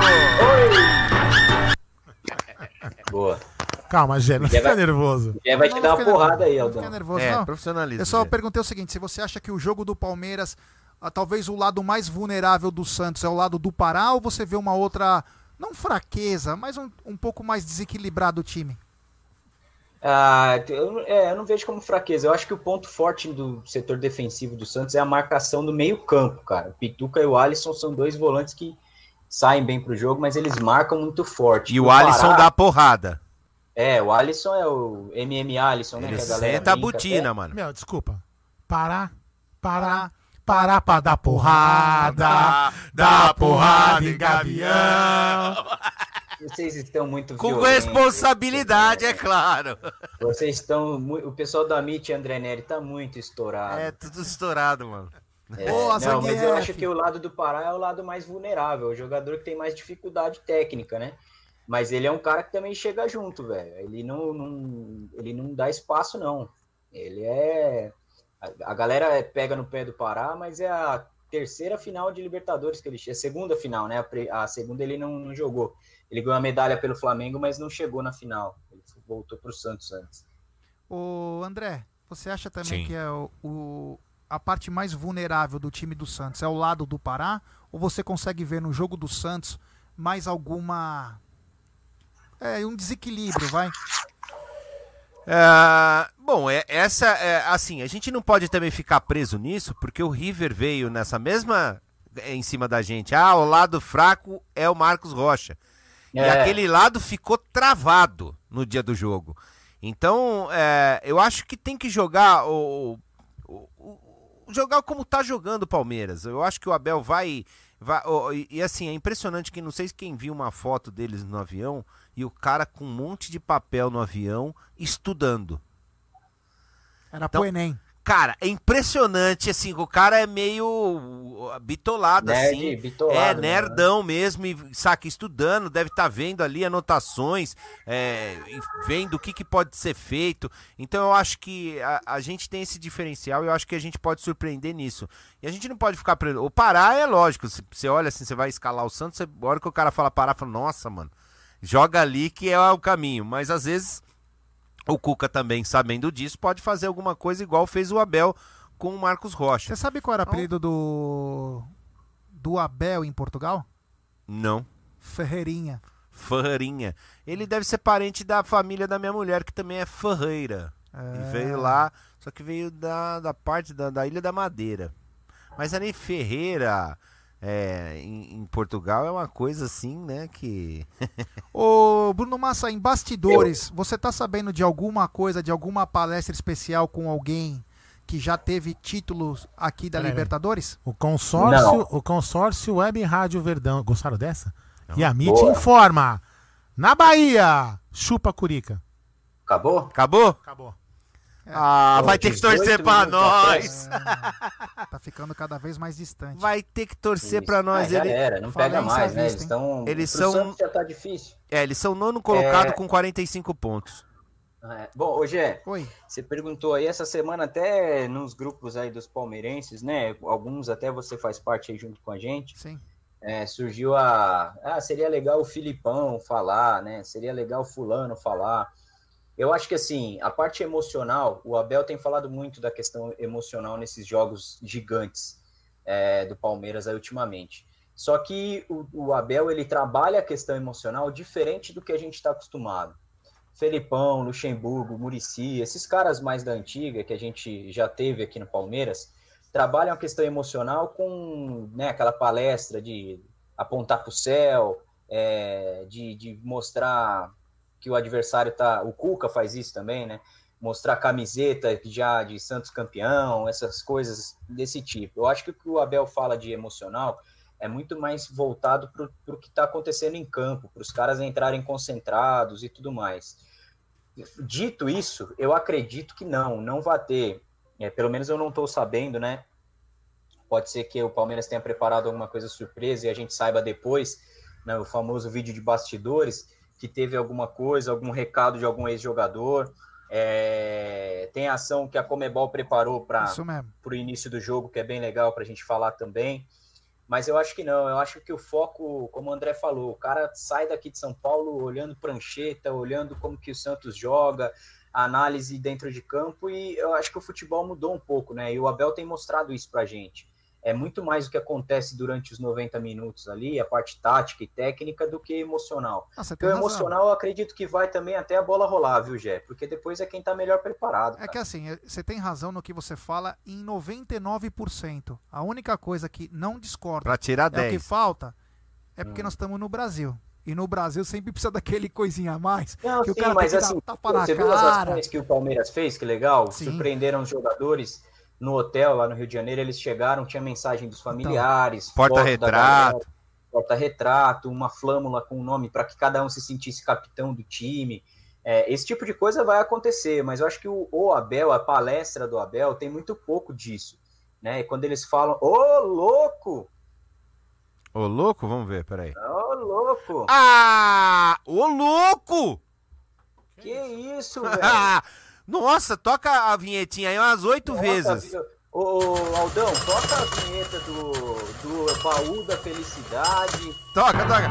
Boa. Calma, Gé, não Gé fica vai- nervoso. Gé vai te Não, dar não uma fica porrada aí, Não Aldão. fica nervoso, É, não. profissionalismo. Eu só Gê. perguntei o seguinte, se você acha que o jogo do Palmeiras, ah, talvez o lado mais vulnerável do Santos é o lado do Pará, ou você vê uma outra, não fraqueza, mas um, um pouco mais desequilibrado o time? Ah, eu, é, eu não vejo como fraqueza. Eu acho que o ponto forte do setor defensivo do Santos é a marcação do meio campo, cara. O Pituca e o Alisson são dois volantes que saem bem pro jogo, mas eles marcam muito forte. E o Pará- Alisson dá porrada. É, o Alisson é o M M Alisson, né? Ele Que a galera senta a brinca botina, até. mano. Meu, desculpa. Parar, parar, parar pra dar porrada, dar porrada em gavião. Vocês estão muito Com violentos. responsabilidade, é claro. Vocês estão... mu- O pessoal da Amit André Neri tá muito estourado. É tudo estourado, mano. É, Boa, não, mas eu Zangief. acho que o lado do Pará é o lado mais vulnerável, o jogador que tem mais dificuldade técnica, né? Mas ele é um cara que também chega junto, velho. Ele não, não, ele não dá espaço, não. Ele é... A, a galera pega no pé do Pará, mas é a terceira final de Libertadores que ele chega. É a segunda final, né? A, pre- a segunda ele não, não jogou. Ele ganhou a medalha pelo Flamengo, mas não chegou na final. Ele voltou pro Santos antes. Ô, André, você acha também Sim. que é o, o- a parte mais vulnerável do time do Santos é o lado do Pará? Ou você consegue ver no jogo do Santos mais alguma... É, um desequilíbrio, vai? É, bom, é, essa é assim, a gente não pode também ficar preso nisso, porque o River veio nessa mesma em cima da gente. Ah, o lado fraco é o Marcos Rocha. E É. aquele lado ficou travado no dia do jogo. Então, é, eu acho que tem que jogar o, o- o- jogar como tá jogando o Palmeiras. Eu acho que o Abel vai, vai ó, e, e assim, é impressionante que não sei se quem viu uma foto deles no avião e o cara com um monte de papel no avião estudando. Era Então, pro Enem. Cara, é impressionante, assim, o cara é meio bitolado, Nerd, assim. bitolado, é, né? nerdão mesmo, e, saca, estudando, deve estar vendo ali anotações, é, vendo o que, que pode ser feito. Então eu acho que a, a gente tem esse diferencial e eu acho que a gente pode surpreender nisso. E a gente não pode ficar... Pre... O parar é lógico, você olha assim, você vai escalar o Santos, você, a hora que o cara fala parar, fala, nossa, mano, joga ali que é o caminho. Mas às vezes... O Cuca também, sabendo disso, pode fazer alguma coisa igual fez o Abel com o Marcos Rocha. Você sabe qual era o apelido do, do Abel em Portugal? Não. Ferreirinha. Ferreirinha. Ele deve ser parente da família da minha mulher, que também é Ferreira. É. E veio lá, só que veio da, da parte da, da Ilha da Madeira. Mas ali Ferreira... É, em, em Portugal é uma coisa assim, né, que... Ô, Bruno Massa, em bastidores, Eu... você tá sabendo de alguma coisa, de alguma palestra especial com alguém que já teve títulos aqui da Pera Libertadores? Aí. O consórcio, Não. o consórcio Web Rádio Verdão, gostaram dessa? Não. E a M I T Boa. informa, na Bahia, chupa Curica. Acabou? Acabou? Acabou. Ah, vai ter que torcer pra nós. É, tá ficando cada vez mais distante. Vai ter que torcer Isso. pra nós. Ah, já Ele... era, não pega Falência mais, à né? vista, Eles hein? estão... Eles pro são- Santos já tá difícil. É, eles são nono colocado É. com quarenta e cinco pontos. É. Bom, ô Gé, Oi. você perguntou aí essa semana até nos grupos aí dos palmeirenses, né? Alguns até você faz parte aí junto com a gente. Sim. É, surgiu a... Ah, seria legal o Filipão falar, né? Seria legal o fulano falar. Eu acho que, assim, a parte emocional, o Abel tem falado muito da questão emocional nesses jogos gigantes é, do Palmeiras aí ultimamente. Só que o, o Abel, ele trabalha a questão emocional diferente do que a gente está acostumado. Felipão, Luxemburgo, Muricy, esses caras mais da antiga que a gente já teve aqui no Palmeiras, trabalham a questão emocional com, né, aquela palestra de apontar para o céu, é, de, de mostrar que o adversário tá... O Cuca faz isso também, né? Mostrar camiseta já de Santos campeão, essas coisas desse tipo. Eu acho que o que o Abel fala de emocional é muito mais voltado para o que está acontecendo em campo, para os caras entrarem concentrados e tudo mais. Dito isso, eu acredito que não, não vai ter, é, pelo menos eu não estou sabendo, né? Pode ser que o Palmeiras tenha preparado alguma coisa surpresa e a gente saiba depois, né, o famoso vídeo de bastidores, que teve alguma coisa, algum recado de algum ex-jogador. É, tem ação que a Comebol preparou para o início do jogo, que é bem legal para a gente falar também. Mas eu acho que não, eu acho que o foco, como o André falou, o cara sai daqui de São Paulo olhando prancheta, olhando como que o Santos joga, a análise dentro de campo, e eu acho que o futebol mudou um pouco, né? E o Abel tem mostrado isso pra gente. É muito mais o que acontece durante os noventa minutos ali, a parte tática e técnica, do que emocional. Ah, Porque o emocional eu acredito que vai também até a bola rolar, viu, Gé? Porque depois é quem tá melhor preparado. É cara. que assim, é- você tem razão no que você fala em noventa e nove por cento. A única coisa que não discorda Pra tirar é o dez. que falta é porque Hum. nós estamos no Brasil. E no Brasil sempre precisa daquele coisinha a mais. Não, que sim, o cara mas tem que assim, dar tapa na você viu as cara. ações que o Palmeiras fez? Que legal. Sim. Surpreenderam os jogadores no hotel lá no Rio de Janeiro. Eles chegaram, tinha mensagem dos familiares. Então, foto da porta-retrato. galera, Porta-retrato, uma flâmula com o nome para que cada um se sentisse capitão do time. É, esse tipo de coisa vai acontecer, mas eu acho que o, o Abel, a palestra do Abel, tem muito pouco disso. Né? E quando eles falam, ô louco! Ô, louco? Vamos ver, peraí. Ô louco! Ah! Ô, louco! Que isso, velho? Nossa, toca a vinhetinha aí umas oito Nossa, vezes. viu? Ô, ô, Aldão, toca a vinheta do, do baú da felicidade. Toca, toca.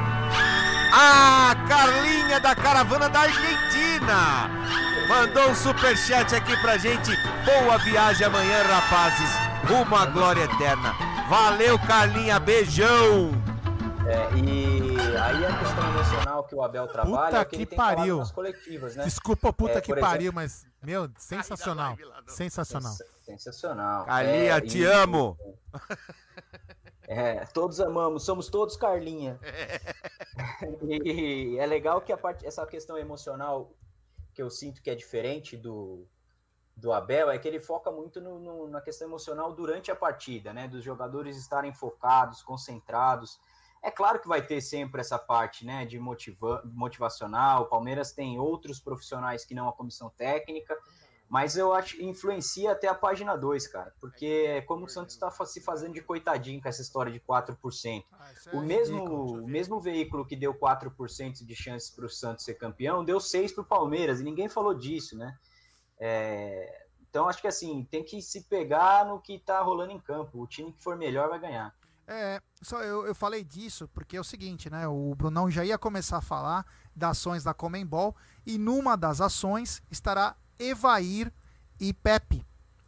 Ah, Carlinha da Caravana da Argentina. Mandou um superchat aqui pra gente. Boa viagem amanhã, rapazes. Rumo à glória eterna. Valeu, Carlinha. Beijão. É, e aí a questão emocional que o Abel trabalha Puta é que, que ele tem falado pariu. nas coletivas, né? Desculpa, puta É, que por pariu, exemplo- mas, meu, sensacional. Sensacional. Sensacional. Carlinha, É, te e- amo. É, todos amamos, somos todos Carlinha. E é legal que a parte, essa questão emocional que eu sinto que é diferente do, do Abel é que ele foca muito no, no- na questão emocional durante a partida, né? Dos jogadores estarem focados, concentrados. É claro que vai ter sempre essa parte, né, de motiva, motivacional. O Palmeiras tem outros profissionais que não a comissão técnica, Mas eu acho que influencia até a página dois, cara. Porque é como o Santos está se fazendo de coitadinho com essa história de quatro por cento. O mesmo, o mesmo veículo que deu quatro por cento de chances para o Santos ser campeão, deu seis para o Palmeiras, e ninguém falou disso, né? É, então, acho que assim, tem que se pegar no que tá rolando em campo. O time que for melhor vai ganhar. É, só eu, eu falei disso porque é o seguinte, né? O Brunão já ia começar a falar das ações da Conmebol, e numa das ações estará Evair e Pepe.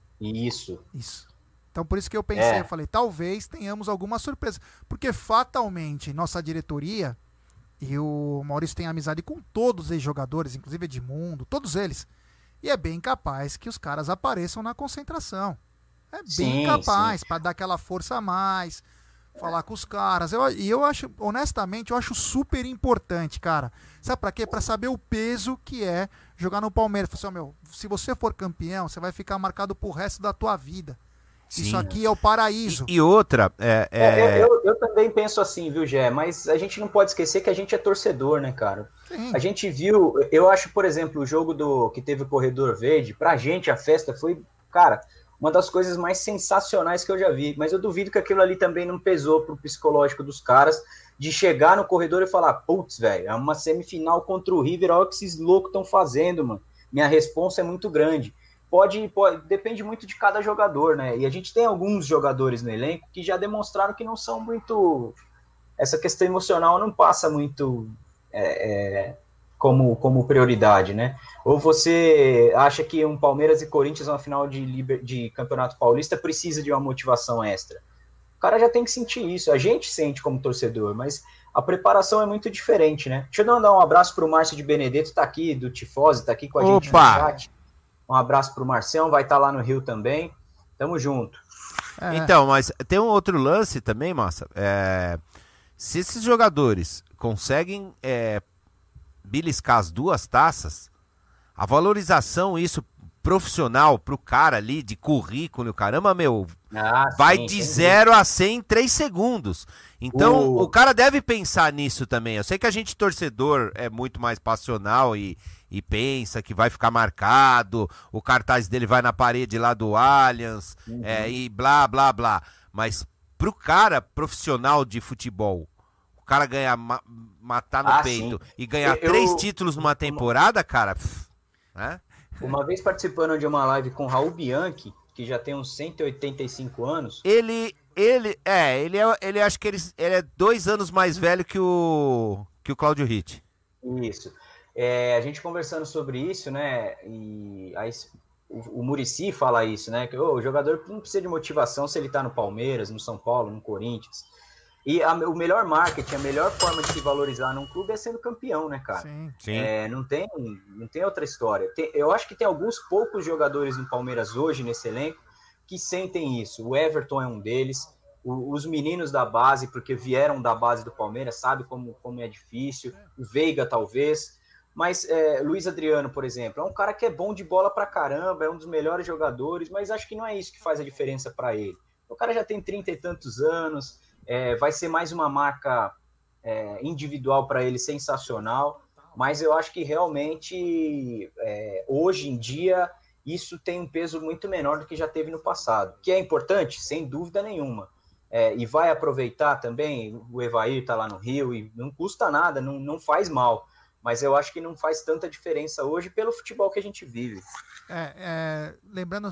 Isso. Isso. Então por isso que eu pensei, É. eu falei, talvez tenhamos alguma surpresa. Porque fatalmente, nossa diretoria, e o Maurício tem amizade com todos os ex-jogadores, inclusive Edmundo, todos eles. E é bem capaz que os caras apareçam na concentração. É bem Sim, capaz, para dar aquela força a mais, falar com os caras. Eu, e eu acho, honestamente, eu acho super importante, cara. Sabe pra quê? Pra saber o peso que é jogar no Palmeiras. Assim, ó, meu, se você for campeão, você vai ficar marcado pro resto da tua vida. Sim. Isso aqui é o paraíso. E, e outra, é, é... É, eu, eu, eu também penso assim, viu, Gé? Mas a gente não pode esquecer que a gente é torcedor, né, cara? Sim. A gente viu, eu acho, por exemplo, o jogo do que teve o Corredor Verde, pra gente a festa foi, cara, uma das coisas mais sensacionais que eu já vi. Mas eu duvido que aquilo ali também não pesou pro psicológico dos caras, de chegar no corredor e falar, putz, velho, é uma semifinal contra o River, olha o que esses loucos estão fazendo, mano. Minha responsa é muito grande. Pode, pode, depende muito de cada jogador, né? E a gente tem alguns jogadores no elenco que já demonstraram que não são muito... Essa questão emocional não passa muito é, é, como, como prioridade, né? Ou você acha que um Palmeiras e Corinthians na final de, Liber, de Campeonato Paulista precisa de uma motivação extra? O cara já tem que sentir isso. A gente sente como torcedor, mas a preparação é muito diferente, né? Deixa eu mandar um abraço pro Márcio de Benedetto, tá aqui, do Tifose, tá aqui com a gente Opa! no chat. Um abraço pro Marcião, vai estar lá no Rio também. Tamo junto. É. Então, mas tem um outro lance também, massa. É, se esses jogadores conseguem é, beliscar as duas taças, a valorização, isso profissional pro cara ali, de currículo, caramba, meu, Ah, vai sim, de sem zero a cem em três segundos. Então, O- o cara deve pensar nisso também. Eu sei que a gente, torcedor, é muito mais passional e, e pensa que vai ficar marcado, o cartaz dele vai na parede lá do Allianz, Uhum. é, e blá, blá, blá. Mas pro cara profissional de futebol, o cara ganhar, ma- matar no Ah, peito sim. e ganhar Eu- três títulos numa temporada, cara, pff, né? Uma vez participando de uma live com Raul Bianchi, que já tem uns cento e oitenta e cinco anos. Ele, ele, é, ele é, ele acho que ele, ele é dois anos mais velho que o, que o Cláudio Ritt. Isso. É, a gente conversando sobre isso, né? E aí, o, o Muricy fala isso, né? Que ô, o jogador não precisa de motivação se ele tá no Palmeiras, no São Paulo, no Corinthians. E a, o melhor marketing, a melhor forma de se valorizar num clube é sendo campeão, né, cara? Sim. Sim. É, não, tem, não tem outra história. Tem- eu acho que tem alguns poucos jogadores no Palmeiras hoje, nesse elenco, que sentem isso. O Everton é um deles. O- os meninos da base, porque vieram da base do Palmeiras, sabe como, como é difícil. O Veiga, talvez. Mas é, Luiz Adriano, por exemplo, é um cara que é bom de bola pra caramba, é um dos melhores jogadores, mas acho que não é isso que faz a diferença para ele. O cara já tem trinta e tantos anos, é, vai ser mais uma marca é, individual para ele sensacional, mas eu acho que realmente é, hoje em dia isso tem um peso muito menor do que já teve no passado, que é importante, sem dúvida nenhuma. É, e vai aproveitar também, o Evair tá lá no Rio e não custa nada, não, não faz mal, mas eu acho que não faz tanta diferença hoje pelo futebol que a gente vive. É, é, lembrando,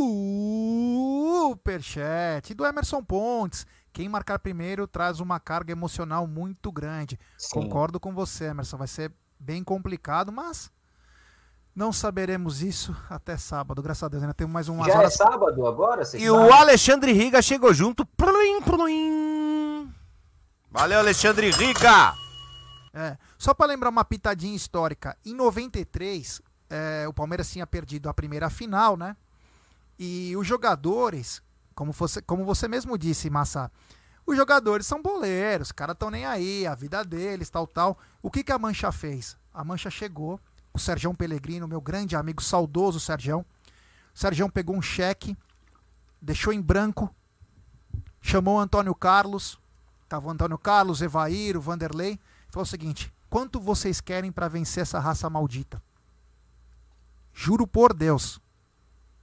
superchat do Emerson Pontes. Quem marcar primeiro traz uma carga emocional muito grande. Sim. Concordo com você, Emerson. Vai ser bem complicado, mas não saberemos isso até sábado. Graças a Deus, ainda temos mais umas Já horas. é sábado agora? Você E sabe? o Alexandre Riga chegou junto. Pluim, pluim. Valeu, Alexandre Riga! É, só para lembrar uma pitadinha histórica, em noventa e três, é, o Palmeiras tinha perdido a primeira final, né? E os jogadores, como você, como você mesmo disse, Massa, os jogadores são boleiros, os caras estão nem aí, a vida deles, tal, tal. O que, que a Mancha fez? A Mancha chegou, o Sergião Pellegrino, meu grande amigo, saudoso Sergião. O Sergião pegou um cheque, deixou em branco, chamou o Antônio Carlos, tava o Antônio Carlos, Evair, o Vanderlei, falou o seguinte: quanto vocês querem para vencer essa raça maldita? Juro por Deus,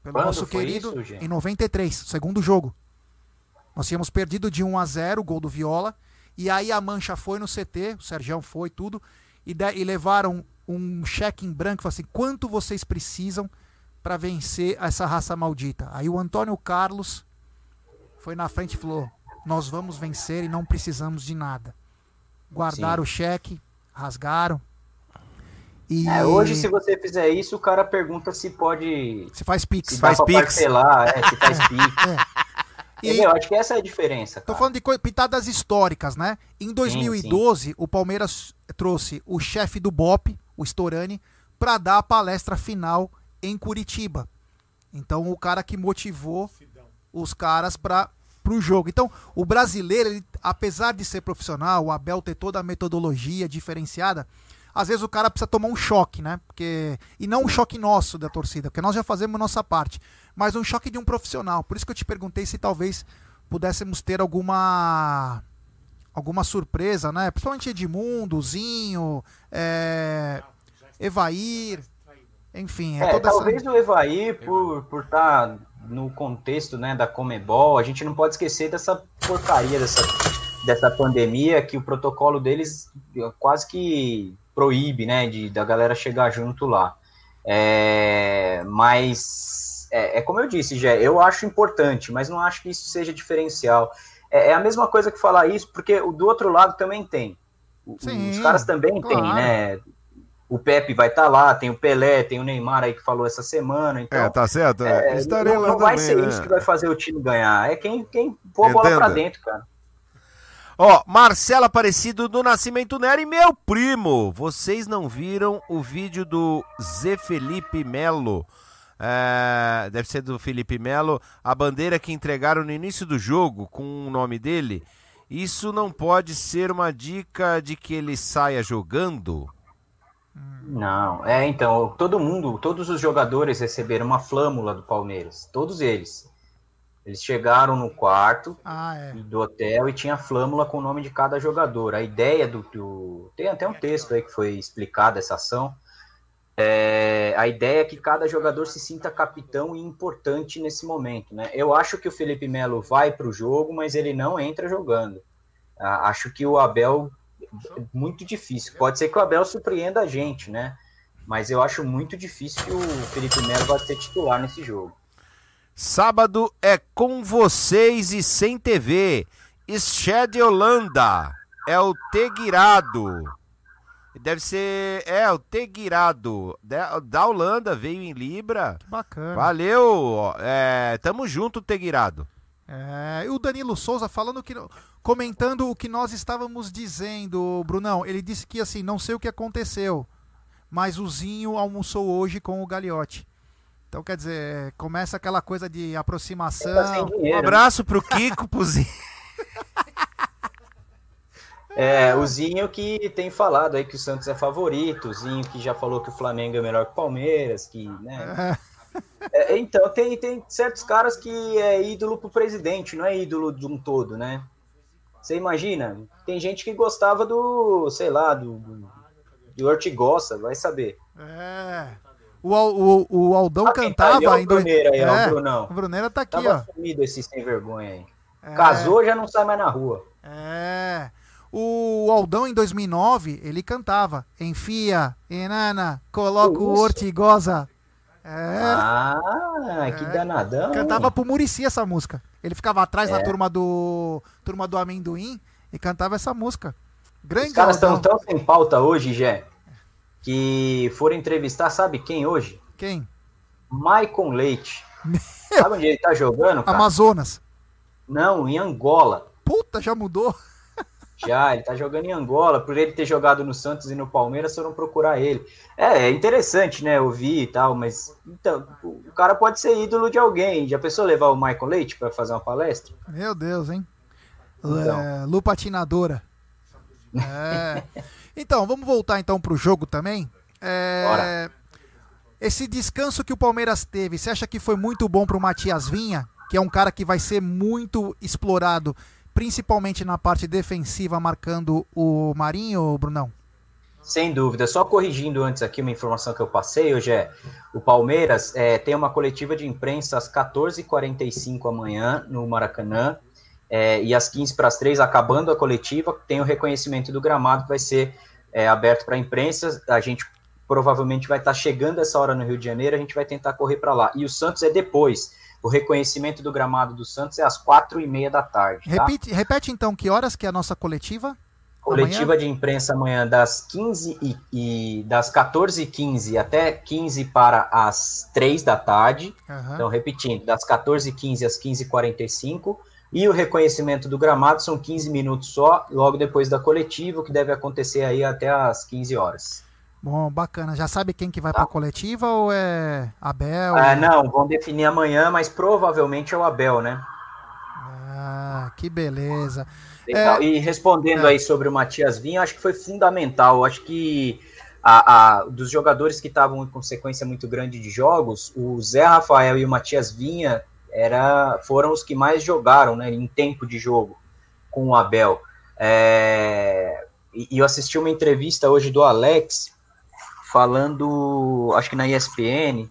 Pelo Quando nosso foi querido, isso, gente? em noventa e três, segundo jogo. Nós tínhamos perdido de um a zero, gol do Viola, e aí a Mancha foi no C T, o Sergião foi, tudo, e, de, e levaram um cheque em branco, falaram assim, quanto vocês precisam para vencer essa raça maldita? Aí o Antônio Carlos foi na frente e falou, nós vamos vencer e não precisamos de nada. Guardaram Sim. o cheque, rasgaram. E... É, hoje, se você fizer isso, o cara pergunta se pode... Se faz pix. Se Faz dá pra pix. parcelar, é, se faz pix. É. Entendeu? Acho que essa é a diferença. Tô falando de co- pitadas históricas, né? Em dois mil e doze, sim. o Palmeiras trouxe o chefe do B O P, o Storani, para dar a palestra final em Curitiba. Então, o cara que motivou os caras para o jogo. Então, o brasileiro, ele, apesar de ser profissional, o Abel ter toda a metodologia diferenciada, às vezes o cara precisa tomar um choque, né? Porque, e não um choque nosso da torcida, porque nós já fazemos a nossa parte, mas um choque de um profissional. Por isso que eu te perguntei se talvez pudéssemos ter alguma alguma surpresa, né? Principalmente Edmundo, Zinho, é, Evair, enfim. É, É, toda talvez essa... o Evair, por por estar no contexto, né, da Comebol, a gente não pode esquecer dessa porcaria, dessa, dessa pandemia, que o protocolo deles quase que proíbe, né, de, da galera chegar junto lá. É, mas, é, é como eu disse, Gé, eu acho importante, mas não acho que isso seja diferencial. É, é a mesma coisa que falar isso, porque o do outro lado também tem. O, Sim, os caras também claro. têm, né? O Pepe vai estar lá, tem o Pelé, tem o Neymar aí que falou essa semana. Então, É, tá certo. É, é, estarei não, lá não vai também, ser né? isso que vai fazer o time ganhar. É quem, quem pôr a bola Entenda. pra dentro, cara. Ó, Marcelo Aparecido do Nascimento Nery, meu primo. Vocês não viram o vídeo do Zé Felipe Melo? É, deve ser do Felipe Melo. A bandeira que entregaram no início do jogo com o nome dele. Isso não pode ser uma dica de que ele saia jogando? Não, é então, todo mundo, todos os jogadores receberam uma flâmula do Palmeiras, todos eles. Eles chegaram no quarto ah, é. do hotel e tinha a flâmula com o nome de cada jogador. A ideia do... do tem até um texto aí que foi explicado essa ação. É, a ideia é que cada jogador se sinta capitão e importante nesse momento, né? Eu acho que o Felipe Melo vai para o jogo, mas ele não entra jogando. Ah, acho que o Abel... muito difícil. Pode ser que o Abel surpreenda a gente, né? Mas eu acho muito difícil que o Felipe Melo vá ser titular nesse jogo. Sábado é com vocês e sem T V. Shed Holanda. É o Teguirado. Deve ser... É, o Teguirado. Da, da Holanda, veio em Libra. Que bacana. Valeu. É, tamo junto, Teguirado. É, e o Danilo Souza falando que... comentando o que nós estávamos dizendo, Brunão. Ele disse que, assim, não sei o que aconteceu, mas o Zinho almoçou hoje com o Gagliotti. Então, quer dizer, começa aquela coisa de aproximação. Tá sem dinheiro, Um abraço pro Kiko, pro Zinho. É, o Zinho que tem falado aí que o Santos é favorito, o Zinho que já falou que o Flamengo é melhor que o Palmeiras, que, né... É, então, tem, tem certos caras que é ídolo pro presidente, não é ídolo de um todo, né? Você imagina, tem gente que gostava do, sei lá, do, do, do Ortigosa, vai saber. É. O, o, o Aldão Ah, cantava tá ali, ó, o em dois- Bruneira aí, ó, é, o Brunão. o Bruneira tá aqui, Tava ó. sumido esse sem vergonha aí. É. Casou, já não sai mais na rua. É. O Aldão, em dois mil e nove, ele cantava. Enfia, enana, coloca o Isso. Ortigosa. É. Ah, que danadão. Cantava pro Muricy essa música. Ele ficava atrás na É. turma do turma do Amendoim e cantava essa música. Grande Os caras estão Aldão. tão sem pauta hoje, Jé, que foram entrevistar, sabe quem hoje? Quem? Maicon Leite. Sabe onde ele tá jogando, cara? Amazonas. Não, em Angola. Puta, já mudou. Já, ele tá jogando em Angola. Por ele ter jogado no Santos e no Palmeiras, foram procurar ele. É, é interessante, né, ouvir e tal, mas então, o cara pode ser ídolo de alguém. Já pensou levar o Maicon Leite para fazer uma palestra? Meu Deus, hein? Então. É, Lu patinadora. É. Então, vamos voltar então pro jogo também. É, Bora. esse descanso que o Palmeiras teve, você acha que foi muito bom pro Matias Vinha, que é um cara que vai ser muito explorado, principalmente na parte defensiva, marcando o Marinho, Brunão? Sem dúvida. Só corrigindo antes aqui uma informação que eu passei, hoje é o Palmeiras é, tem uma coletiva de imprensa às quatorze e quarenta e cinco amanhã no Maracanã, é, e às quinze para as três, acabando a coletiva, tem o reconhecimento do gramado que vai ser é, aberto para a imprensa. A gente provavelmente vai estar chegando essa hora no Rio de Janeiro, a gente vai tentar correr para lá. E o Santos é depois. O reconhecimento do gramado do Santos é às quatro e meia da tarde. Tá? Repete, repete então, que horas que é a nossa coletiva? Coletiva Amanhã? de imprensa amanhã das quinze e, e das quatorze e quinze até quinze para as três da tarde. Uhum. Então, repetindo, das quatorze e quinze às quinze e quarenta e cinco. E o reconhecimento do gramado são quinze minutos só, logo depois da coletiva, que deve acontecer aí até às quinze horas. Bom, bacana. Já sabe quem que vai Tá. para a coletiva ou é Abel? Ah, não, vão definir amanhã, mas provavelmente é o Abel, né? Ah, que beleza. Legal. É, E respondendo é. aí sobre o Matias Vinha, acho que foi fundamental. Acho que a, a, dos jogadores que estavam com sequência muito grande de jogos, o Zé Rafael e o Matias Vinha era, foram os que mais jogaram, né, em tempo de jogo com o Abel. É, e, e eu assisti uma entrevista hoje do Alex falando, acho que na E S P N,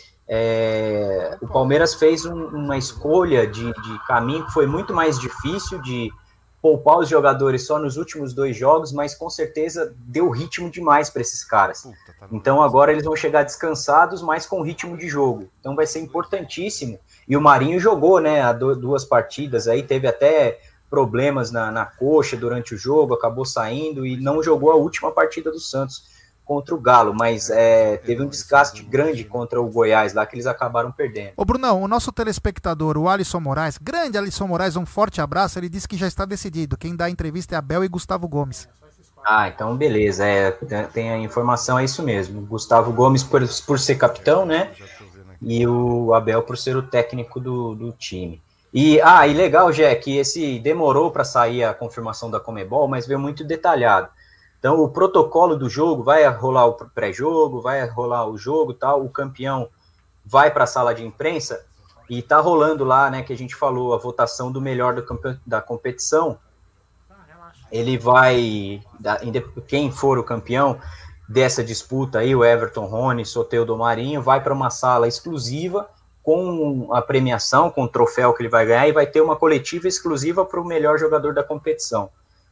é, o Palmeiras fez um, uma escolha de, de caminho que foi muito mais difícil, de poupar os jogadores só nos últimos dois jogos, mas com certeza deu ritmo demais para esses caras. Então agora eles vão chegar descansados, mas com ritmo de jogo. Então vai ser importantíssimo. E o Marinho jogou, né, há do, duas partidas, aí teve até problemas na, na coxa durante o jogo, acabou saindo e não jogou a última partida do Santos contra o Galo, mas é, teve um desgaste grande contra o Goiás lá, que eles acabaram perdendo. Ô Brunão, o nosso telespectador, o Alisson Moraes, grande Alisson Moraes, um forte abraço, ele disse que já está decidido. Quem dá a entrevista é Abel e Gustavo Gomes. Ah, então beleza, é, tem a informação, é isso mesmo. Gustavo Gomes por, por ser capitão, né? E o Abel por ser o técnico do, do time. E, ah, e legal, Jé, que esse demorou para sair a confirmação da Conmebol, mas veio muito detalhado. Então, o protocolo do jogo, vai rolar o pré-jogo, vai rolar o jogo, tal, o campeão vai para a sala de imprensa e tá rolando lá, né, que a gente falou, a votação do melhor do campe- da competição. Ele vai, quem for o campeão dessa disputa aí, o Everton, Rony, Soteldo, Marinho, vai para uma sala exclusiva com a premiação, com o troféu que ele vai ganhar, e vai ter uma coletiva exclusiva para o melhor jogador da competição.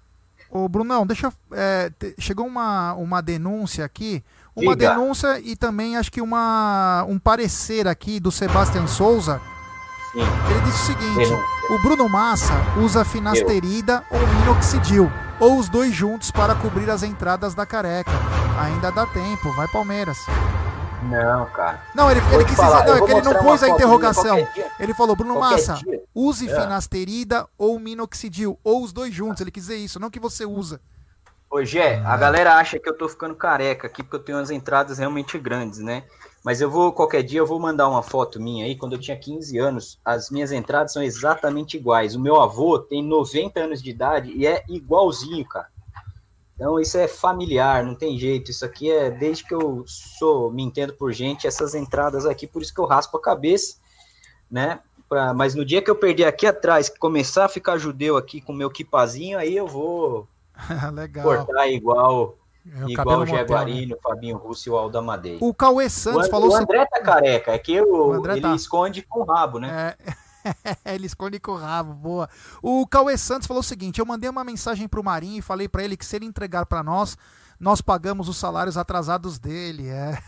Ô Brunão, deixa eu, é, te, chegou uma, uma denúncia aqui, uma Diga. denúncia e também acho que uma, um parecer aqui do Sebastian Souza. Sim. Ele disse o seguinte: Denúncia. o Bruno Massa usa finasterida ou minoxidil, ou os dois juntos para cobrir as entradas da careca. Ainda dá tempo, vai Palmeiras. Não, cara. Não, ele, Vou ele te quis falar, dizer, não, eu é que vou ele não mostrar pôs uma a foto interrogação. minha qualquer dia. Ele falou, Bruno Qualquer Massa, dia. use É. finasterida ou minoxidil, ou os dois juntos. Ele quis dizer isso, não que você usa. Ô, Gé, a galera acha que eu tô ficando careca aqui porque eu tenho umas entradas realmente grandes, né? Mas eu vou, qualquer dia, eu vou mandar uma foto minha aí, quando eu tinha quinze anos. As minhas entradas são exatamente iguais. O meu avô tem noventa anos de idade e é igualzinho, cara. Então isso é familiar, não tem jeito. Isso aqui é, desde que eu sou, me entendo por gente, essas entradas aqui, por isso que eu raspo a cabeça, né? Pra, mas no dia que eu perder aqui atrás, que começar a ficar judeu aqui com o meu quipazinho, aí eu vou Legal. cortar igual, É, o igual cabelo o Gé motel, Guarino, o Fabinho Russo e o Aldo Amadei. O Cauê Santos o, And- falou... o André tá careca, é que o, André ele tá. esconde com o rabo, né? É, ele esconde com o rabo, boa. O Cauê Santos falou o seguinte: eu mandei uma mensagem pro Marinho e falei pra ele que se ele entregar pra nós, nós pagamos os salários atrasados dele. É.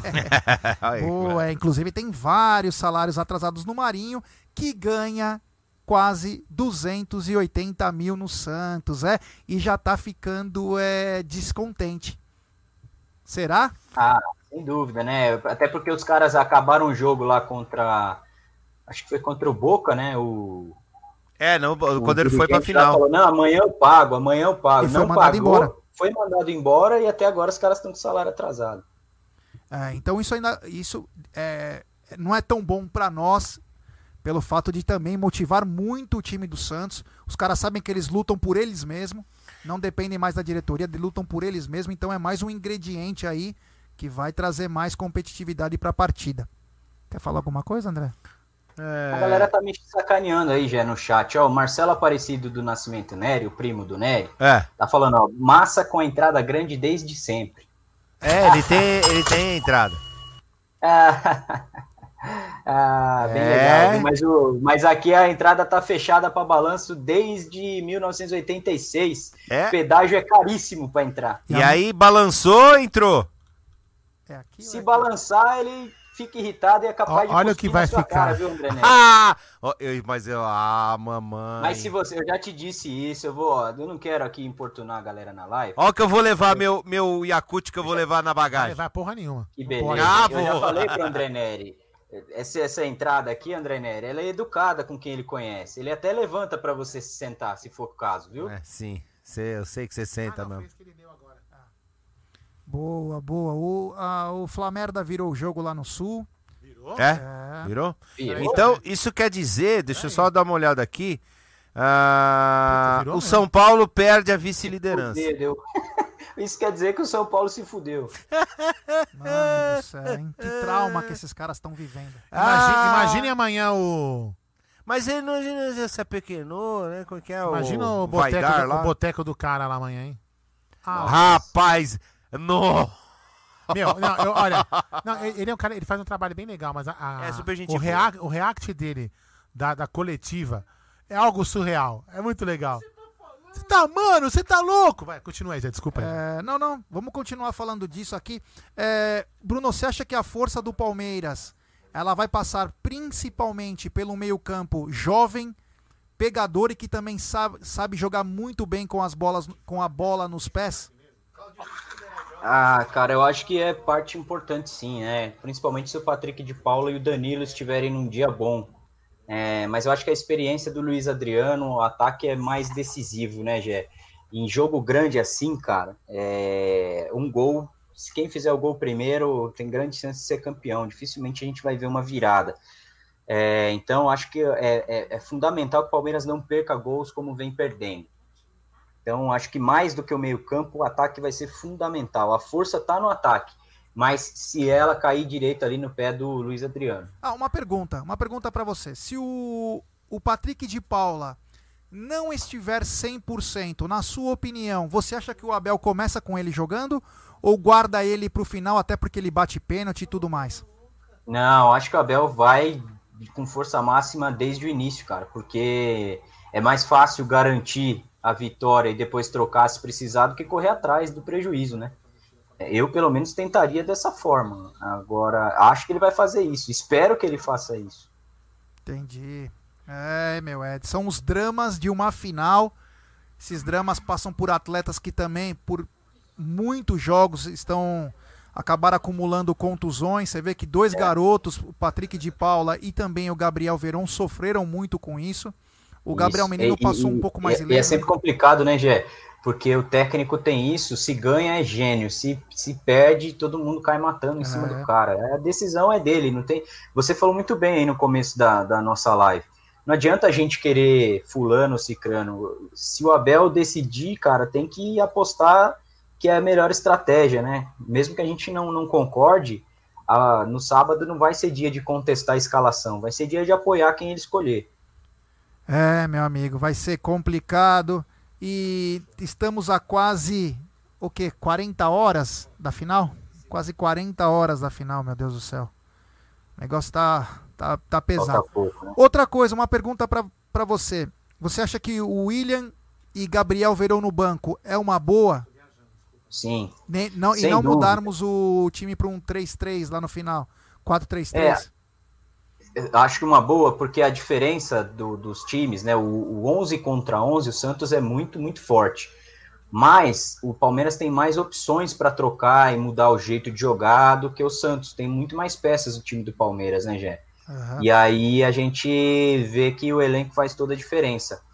Aí, Boa, é, inclusive tem vários salários atrasados no Marinho, que ganha quase duzentos e oitenta mil no Santos, é, e já tá ficando é, descontente. Será? Ah, sem dúvida, né? Até porque os caras acabaram o jogo lá contra... Acho que foi contra o Boca, né? O, É, não, o quando ele foi pra dirigente lá final. falou, não, amanhã eu pago, amanhã eu pago. E foi Não mandado pagou, embora. foi mandado embora e até agora os caras estão com salário atrasado. É, então isso ainda isso é, não é tão bom para nós, pelo fato de também motivar muito o time do Santos. Os caras sabem que eles lutam por eles mesmos, não dependem mais da diretoria, eles lutam por eles mesmos, então é mais um ingrediente aí que vai trazer mais competitividade para a partida. Quer falar alguma coisa, André? A galera tá me sacaneando aí, já no chat. Ó, o Marcelo Aparecido do Nascimento Nery, o primo do Nery, É. tá falando, ó, massa com a entrada grande desde sempre. É, ele tem, ele tem entrada. Ah, ah, bem É. legal. Viu? Mas, o, mas aqui a entrada tá fechada para balanço desde mil novecentos e oitenta e seis. É. O pedágio é caríssimo para entrar. E aí, balançou, entrou. Se balançar, ele fica irritado e é capaz de Olha o cuspir que vai na sua ficar. cara, viu, André Nery? Ah! Ó, eu- mas eu... Ah, mamãe. Mas se você, eu já te disse isso, eu vou, ó, eu não quero aqui importunar a galera na live. Ó que eu vou levar meu, meu Yakult que eu vou levar na bagagem. Vai porra nenhuma. Que Não beleza. pode. Ah, eu já vou. falei pro André Nery, essa, essa entrada aqui, André Nery, ela é educada com quem ele conhece. Ele até levanta pra você se sentar, se for o caso, viu? É, sim. Cê- eu sei que você senta mesmo. Boa, boa. O, a, o Flamerda virou o jogo lá no Sul. Virou? É? Virou? Virou. Então, isso quer dizer, deixa eu só dar uma olhada aqui. ah, Puta, virou o mesmo. São Paulo perde a vice-liderança. Fudeu. Isso quer dizer que o São Paulo se fudeu. Mano do céu, hein? Que trauma que esses caras estão vivendo. Imagine, Ah. imagine amanhã o. Mas ele não já se apequenou, né? Como que é Imagina o, o boteco, Vaidar do, lá? o boteco do cara lá amanhã, hein? Ah, Rapaz, no. Meu, não, eu- olha, não, ele é um cara, ele faz um trabalho bem legal, mas a, a- É super gente o, boa. react, o react dele, da, da coletiva, é algo surreal. É muito legal. Você tá, mano, você tá louco? Vai, continua aí, Zé, desculpa aí. É, não, não, vamos continuar falando disso aqui. É, Bruno, você acha que a força do Palmeiras ela vai passar principalmente pelo meio-campo jovem, pegador e que também sabe, sabe jogar muito bem com as bolas, com a bola nos pés? Ah, cara, eu acho que é parte importante sim, né? Principalmente se o Patrick de Paula e o Danilo estiverem num dia bom. É, mas eu acho que a experiência do Luiz Adriano, o ataque é mais decisivo, né, Gé? Em jogo grande assim, cara, é, um gol, se quem fizer o gol primeiro tem grande chance de ser campeão. Dificilmente a gente vai ver uma virada. É, então, acho que é, é, é fundamental que o Palmeiras não perca gols como vem perdendo. Então, acho que mais do que o meio-campo, o ataque vai ser fundamental. A força está no ataque, mas se ela cair direito ali no pé do Luiz Adriano. Ah, uma pergunta, uma pergunta pra você. Se o, o Patrick de Paula não estiver cem por cento, na sua opinião, você acha que o Abel começa com ele jogando ou guarda ele pro final até porque ele bate pênalti e tudo mais? Não, acho que o Abel vai com força máxima desde o início, cara, porque é mais fácil garantir a vitória e depois trocar se precisar do que correr atrás do prejuízo, né? Eu, pelo menos, tentaria dessa forma. Agora, acho que ele vai fazer isso. Espero que ele faça isso. Entendi. É, meu, Ed, são os dramas de uma final. Esses dramas passam por atletas que também, por muitos jogos, estão acabaram acumulando contusões. Você vê que dois é. garotos, o Patrick de Paula e também o Gabriel Veron, sofreram muito com isso. O Gabriel isso. Menino e, passou e, um pouco mais e, leve. E é sempre complicado, né, Gé? Porque o técnico tem isso, se ganha é gênio, se, se perde, todo mundo cai matando em é. cima do cara. A decisão é dele, não tem. Você falou muito bem aí no começo da, da nossa live. Não adianta a gente querer fulano ou cicrano. Se o Abel decidir, cara, tem que apostar que é a melhor estratégia, né? Mesmo que a gente não, não concorde, a, no sábado não vai ser dia de contestar a escalação, vai ser dia de apoiar quem ele escolher. É, meu amigo, vai ser complicado. E estamos a quase, o quê? quarenta horas da final? Quase quarenta horas da final, meu Deus do céu. O negócio tá, tá, tá pesado. Pouco, né? Outra coisa, uma pergunta pra, pra você. Você acha que o William e Gabriel Veron no banco é uma boa? Sim. Ne, não, e não dúvida. Mudarmos o time para um três três lá no final? quatro três três? É, acho que uma boa, porque a diferença do, dos times, né, o, o onze contra onze, o Santos é muito, muito forte. Mas o Palmeiras tem mais opções para trocar e mudar o jeito de jogar do que o Santos. Tem muito mais peças o time do Palmeiras, né, Gé? Uhum. E aí a gente vê que o elenco faz toda a diferença.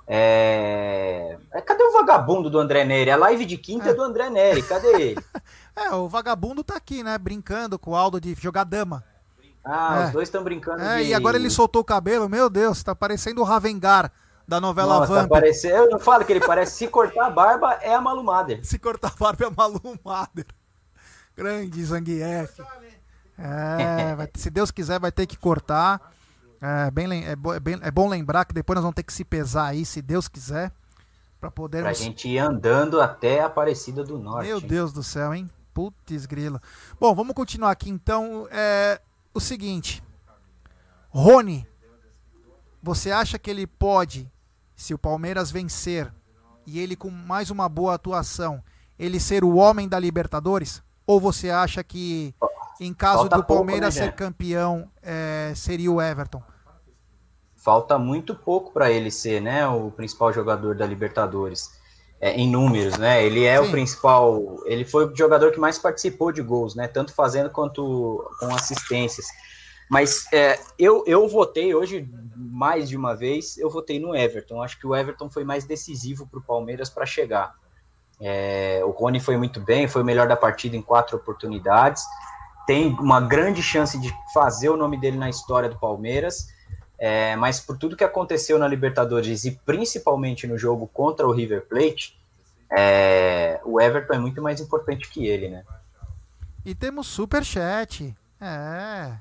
É... Cadê o vagabundo do André Nery? A live de quinta é, é do André Nery, cadê ele? É, o vagabundo tá aqui, né, brincando com o Aldo de jogar dama. Ah, é. os dois estão brincando é, de... E agora ele soltou o cabelo, meu Deus, tá parecendo o Ravengar da novela Nossa, Vamp. Tá parecendo... Eu não falo que ele parece, se cortar a barba é a Malu Mader. Se cortar a barba é a Malu Mader. Grande Zangief. É, vai, se Deus quiser vai ter que cortar. É, bem, lem- é, bo- é bem- é bom lembrar que depois nós vamos ter que se pesar aí, se Deus quiser, para Pra podermos... gente ir andando até a Aparecida do Norte. Meu hein? Deus do céu, hein? Putz grilo. Bom, vamos continuar aqui então. É o seguinte, Rony, você acha que ele pode, se o Palmeiras vencer e ele com mais uma boa atuação, ele ser o homem da Libertadores? Ou você acha que em caso Falta do pouco, Palmeiras né, ser Jé? campeão, é, seria o Everton? Falta muito pouco para ele ser, né, o principal jogador da Libertadores, é, em números, né? Ele é Sim. o principal, ele foi o jogador que mais participou de gols, né? Tanto fazendo quanto com assistências. Mas é, eu, eu votei hoje mais de uma vez, eu votei no Everton. Acho que o Everton foi mais decisivo para o Palmeiras para chegar. É, o Rony foi muito bem, foi o melhor da partida em quatro oportunidades. Tem uma grande chance de fazer o nome dele na história do Palmeiras. É, mas por tudo que aconteceu na Libertadores e principalmente no jogo contra o River Plate, é, o Everton é muito mais importante que ele, né? E temos superchat. É.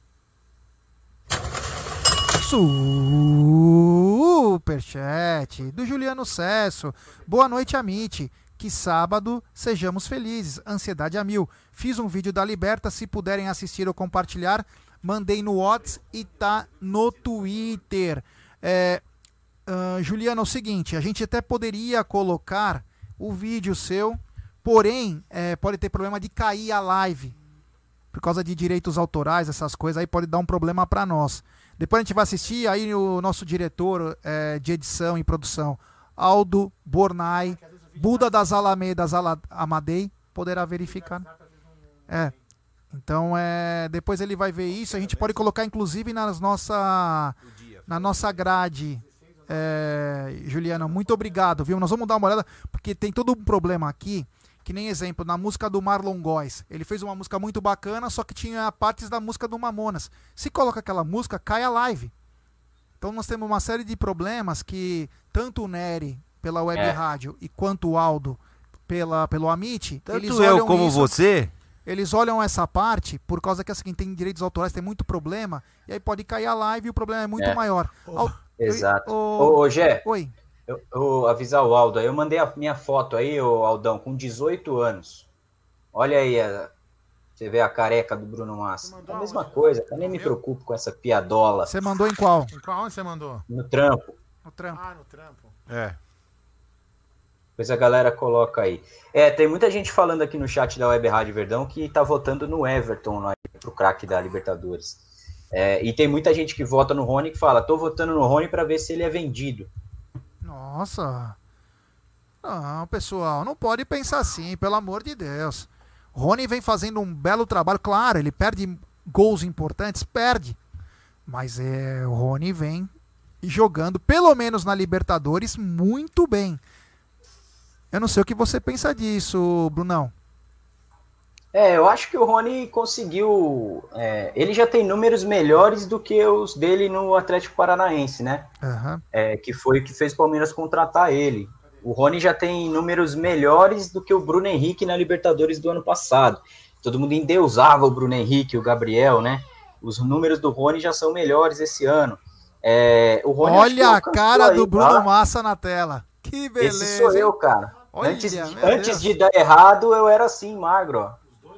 Superchat do Juliano Cesso. Boa noite, Amit. Que sábado sejamos felizes. Ansiedade a mil. Fiz um vídeo da Liberta. Se puderem assistir ou compartilhar, mandei no WhatsApp e tá no Twitter. É, uh, Juliano, é o seguinte, a gente até poderia colocar o vídeo seu, porém, é, pode ter problema de cair a live. Por causa de direitos autorais, essas coisas, aí pode dar um problema para nós. Depois a gente vai assistir, aí o nosso diretor é, de edição e produção, Aldo Bornai, Buda das Alamedas Ala- Amadei, poderá verificar. É. Então, é, depois ele vai ver isso. A gente pode colocar, inclusive, nas nossa, na nossa grade. É, Juliana, muito obrigado, viu? Nós vamos dar uma olhada, porque tem todo um problema aqui, que nem exemplo, na música do Marlon Góes. Ele fez uma música muito bacana, só que tinha partes da música do Mamonas. Se coloca aquela música, cai a live. Então, nós temos uma série de problemas que tanto o Nery, pela web É. rádio, e quanto o Aldo, pela, pelo Amit, Tanto eles eu olham como isso- você... Eles olham essa parte por causa que assim, tem direitos autorais, tem muito problema, e aí pode cair a live e o problema é muito É. maior. Al- Exato. Ô, Ô, ô Gé, Oi. eu, eu vou avisar o Aldo aí. Eu mandei a minha foto aí, ô Aldão, com dezoito anos. Olha aí, a- você vê a careca do Bruno Massa. É a mesma coisa, eu nem me preocupo com essa piadola. Você mandou em qual? Em qual? Onde você mandou? No trampo. No trampo. Ah, no trampo. É. Depois a galera coloca aí. É, tem muita gente falando aqui no chat da Web Rádio Verdão que tá votando no Everton lá, pro craque da Libertadores. É, e tem muita gente que vota no Rony que fala, tô votando no Rony pra ver se ele é vendido. Nossa. Não, pessoal, não pode pensar assim, pelo amor de Deus. Rony vem fazendo um belo trabalho, claro, ele perde gols importantes, perde. Mas é, o Rony vem jogando, pelo menos na Libertadores, muito bem. Eu não sei o que você pensa disso, Brunão. É, eu acho que o Rony conseguiu... é, ele já tem números melhores do que os dele no Atlético Paranaense, né? Aham. É, que foi o que fez o Palmeiras contratar ele. O Rony já tem números melhores do que o Bruno Henrique na Libertadores do ano passado. Todo mundo endeusava o Bruno Henrique, o Gabriel, né? Os números do Rony já são melhores esse ano. É, o Rony acho que Olha a alcançou cara aí, do Bruno tá? Massa na tela. Que beleza. Esse sou eu, hein? cara. Olha, antes meu antes Deus. de dar errado, eu era assim, magro, ó.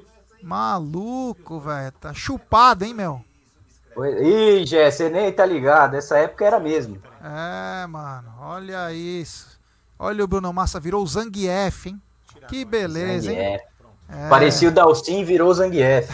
Maluco, velho. Tá chupado, hein, meu? Foi- Ih, Jé, você nem tá ligado. Essa época era mesmo. É, mano. Olha isso. Olha o Bruno Massa, virou o Zangief, hein? Que beleza, hein? Zangief. É. Parecia o Dalcin e virou o Zangief.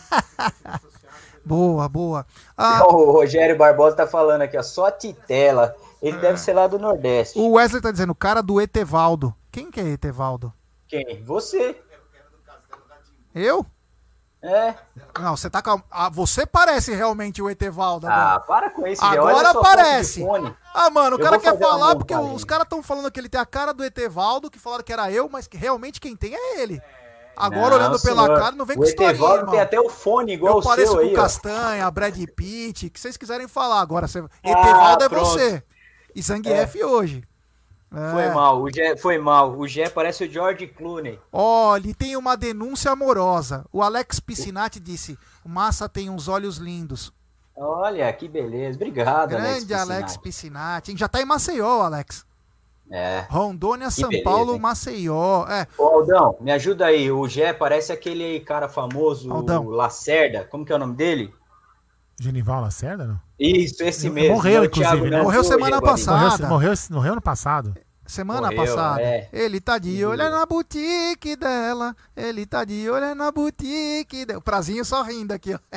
Boa, boa. Ah, O Rogério Barbosa tá falando aqui, ó. Só Titela. Ele deve ser lá do Nordeste. o Wesley tá dizendo, cara do Etevaldo. Quem que é Etevaldo? Quem? Você. Eu? É. Não, você tá com. Ah, você parece realmente o Etevaldo Ah, agora. para com isso, Jé. Olha Agora sua foto de parece. fone. Ah, mano, o Eu cara vou quer fazer uma falar porque montagem. os caras estão falando que ele tem a cara do Etevaldo, que falaram que era eu, mas que realmente quem tem é ele. Agora, Não, olhando pela senhor. cara, não vem O com historinha, Etevaldo irmão. tem até o fone igual Eu o pareço seu com aí, ó. Castanha, Brad Pitt, que vocês quiserem falar. Agora, você... Etevaldo é pronto. você. E Zangief hoje. É. Foi mal, o Gé, foi mal. O Gé parece o George Clooney. Olha, e tem uma denúncia amorosa. O Alex Piscinati disse, o Massa tem uns olhos lindos. Olha, que beleza. Obrigado, Grande Alex Alex Piscinati. Já tá em Maceió, Alex. É. Rondônia, Que São beleza, Paulo, hein? Maceió. É. Ô, Aldão, me ajuda aí. O Gé parece aquele cara famoso, Aldão. o Lacerda. Como que é o nome dele? Genival Lacerda, não? Isso, esse Ele mesmo. morreu, É o Thiago inclusive, né? Neto Morreu hoje, semana agora. passada. Morreu, morreu, morreu no passado. Semana Morreu, passada. é. Ele tá de olho na boutique dela. Ele tá de olho na boutique dela. O Prazinho só rindo aqui, ó.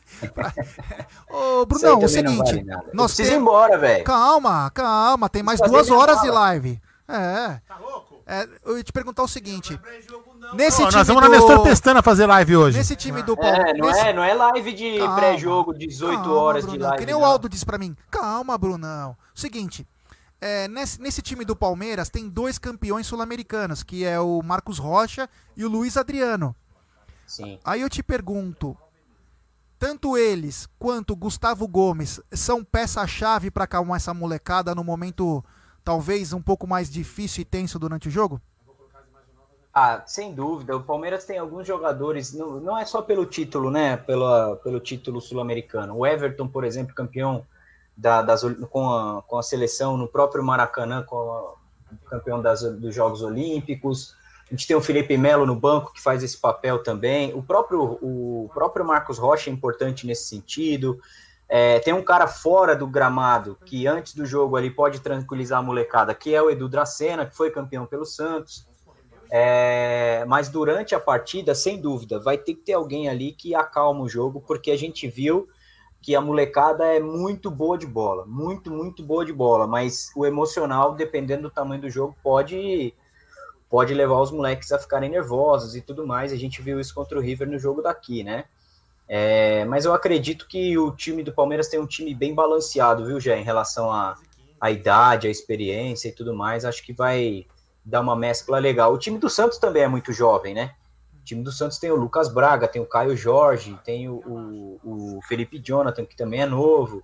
Ô, Isso aí Brunão, o também não seguinte. vale nada. Eu nós preciso ir tem- embora, velho. Calma, calma. Tem mais Fazer duas minha horas de mala. live. É. Tá louco? É, eu ia te perguntar o seguinte. Nesse Ó, time nós vamos do... na Nestor testando a fazer live hoje. Nesse time do Paulo. É, não, nesse... é, não é live de Calma, pré-jogo, dezoito calma, horas de Brunão, live. Que nem o não. Aldo disse pra mim. Calma, Brunão. Seguinte, é, nesse, nesse time do Palmeiras tem dois campeões sul-americanos, que é o Marcos Rocha e o Luiz Adriano. Sim. Aí eu te pergunto, tanto eles quanto o Gustavo Gomes são peça-chave pra acalmar essa molecada no momento talvez um pouco mais difícil e tenso durante o jogo? Ah, sem dúvida. O Palmeiras tem alguns jogadores, não, não é só pelo título, né? Pela, pelo título sul-americano. O Everton, por exemplo, campeão da, das, com, a, com a seleção no próprio Maracanã, com a, campeão das, dos Jogos Olímpicos. A gente tem o Felipe Melo no banco, que faz esse papel também. O próprio, o próprio Marcos Rocha é importante nesse sentido. É, tem um cara fora do gramado, que antes do jogo ali pode tranquilizar a molecada, que é o Edu Dracena, que foi campeão pelo Santos. É, mas durante a partida, sem dúvida, vai ter que ter alguém ali que acalma o jogo, porque a gente viu que a molecada é muito boa de bola, muito, muito boa de bola, mas o emocional, dependendo do tamanho do jogo, pode, pode levar os moleques a ficarem nervosos e tudo mais. A gente viu isso contra o River no jogo daqui, né? É, mas eu acredito que o time do Palmeiras tem um time bem balanceado, viu, Gé, em relação à à idade, à experiência e tudo mais. Acho que vai dar uma mescla legal. O time do Santos também é muito jovem, né? O time do Santos tem o Lucas Braga, tem o Caio Jorge, tem o, o, o Felipe Jonathan, que também é novo,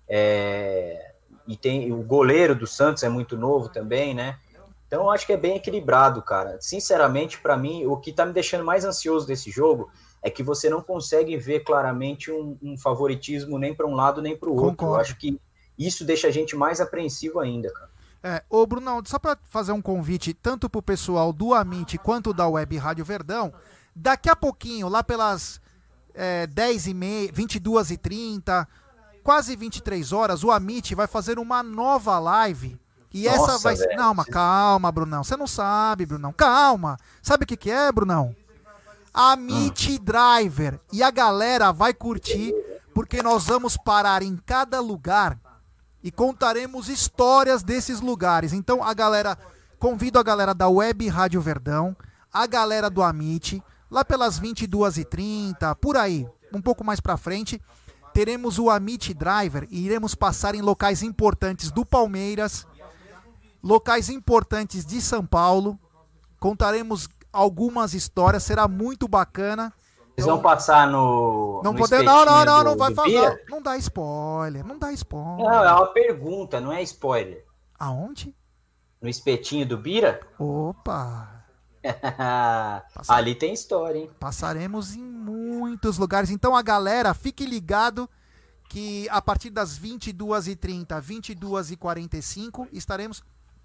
é, e tem o goleiro do Santos é muito novo também, né? Então eu acho que é bem equilibrado, cara. Sinceramente, para mim, o que tá me deixando mais ansioso desse jogo é que você não consegue ver claramente um, um favoritismo nem para um lado nem para o outro. Concordo. Eu acho que isso deixa a gente mais apreensivo ainda, cara. É, ô Brunão, só para fazer um convite tanto pro pessoal do Amit quanto da Web Rádio Verdão, daqui a pouquinho, lá pelas é, dez e meia, vinte e duas e trinta, quase vinte e três horas, o Amit vai fazer uma nova live. E Nossa, essa vai ser. velho. Não, mas calma, Brunão. Você não sabe, Brunão. Calma. Sabe o que, que é, Brunão? Amit Driver. E a galera vai curtir, porque nós vamos parar em cada lugar e contaremos histórias desses lugares. Então a galera, convido a galera da Web Rádio Verdão, a galera do Amit, lá pelas vinte e duas e trinta, por aí, um pouco mais pra frente, teremos o Amit Driver e iremos passar em locais importantes do Palmeiras, locais importantes de São Paulo, contaremos algumas histórias, será muito bacana. Vocês vão passar no. Não no podemos, não, não, não, espetinho não do- vai do falar, Bira? não dá spoiler, não dá spoiler. Não, é uma pergunta, não é spoiler. Aonde? No espetinho do Bira? Opa! Ali tem história, hein? Passaremos em muitos lugares. Então a galera, fique ligado que a partir das vinte e duas e trinta, vinte e duas e quarenta e cinco estaremos.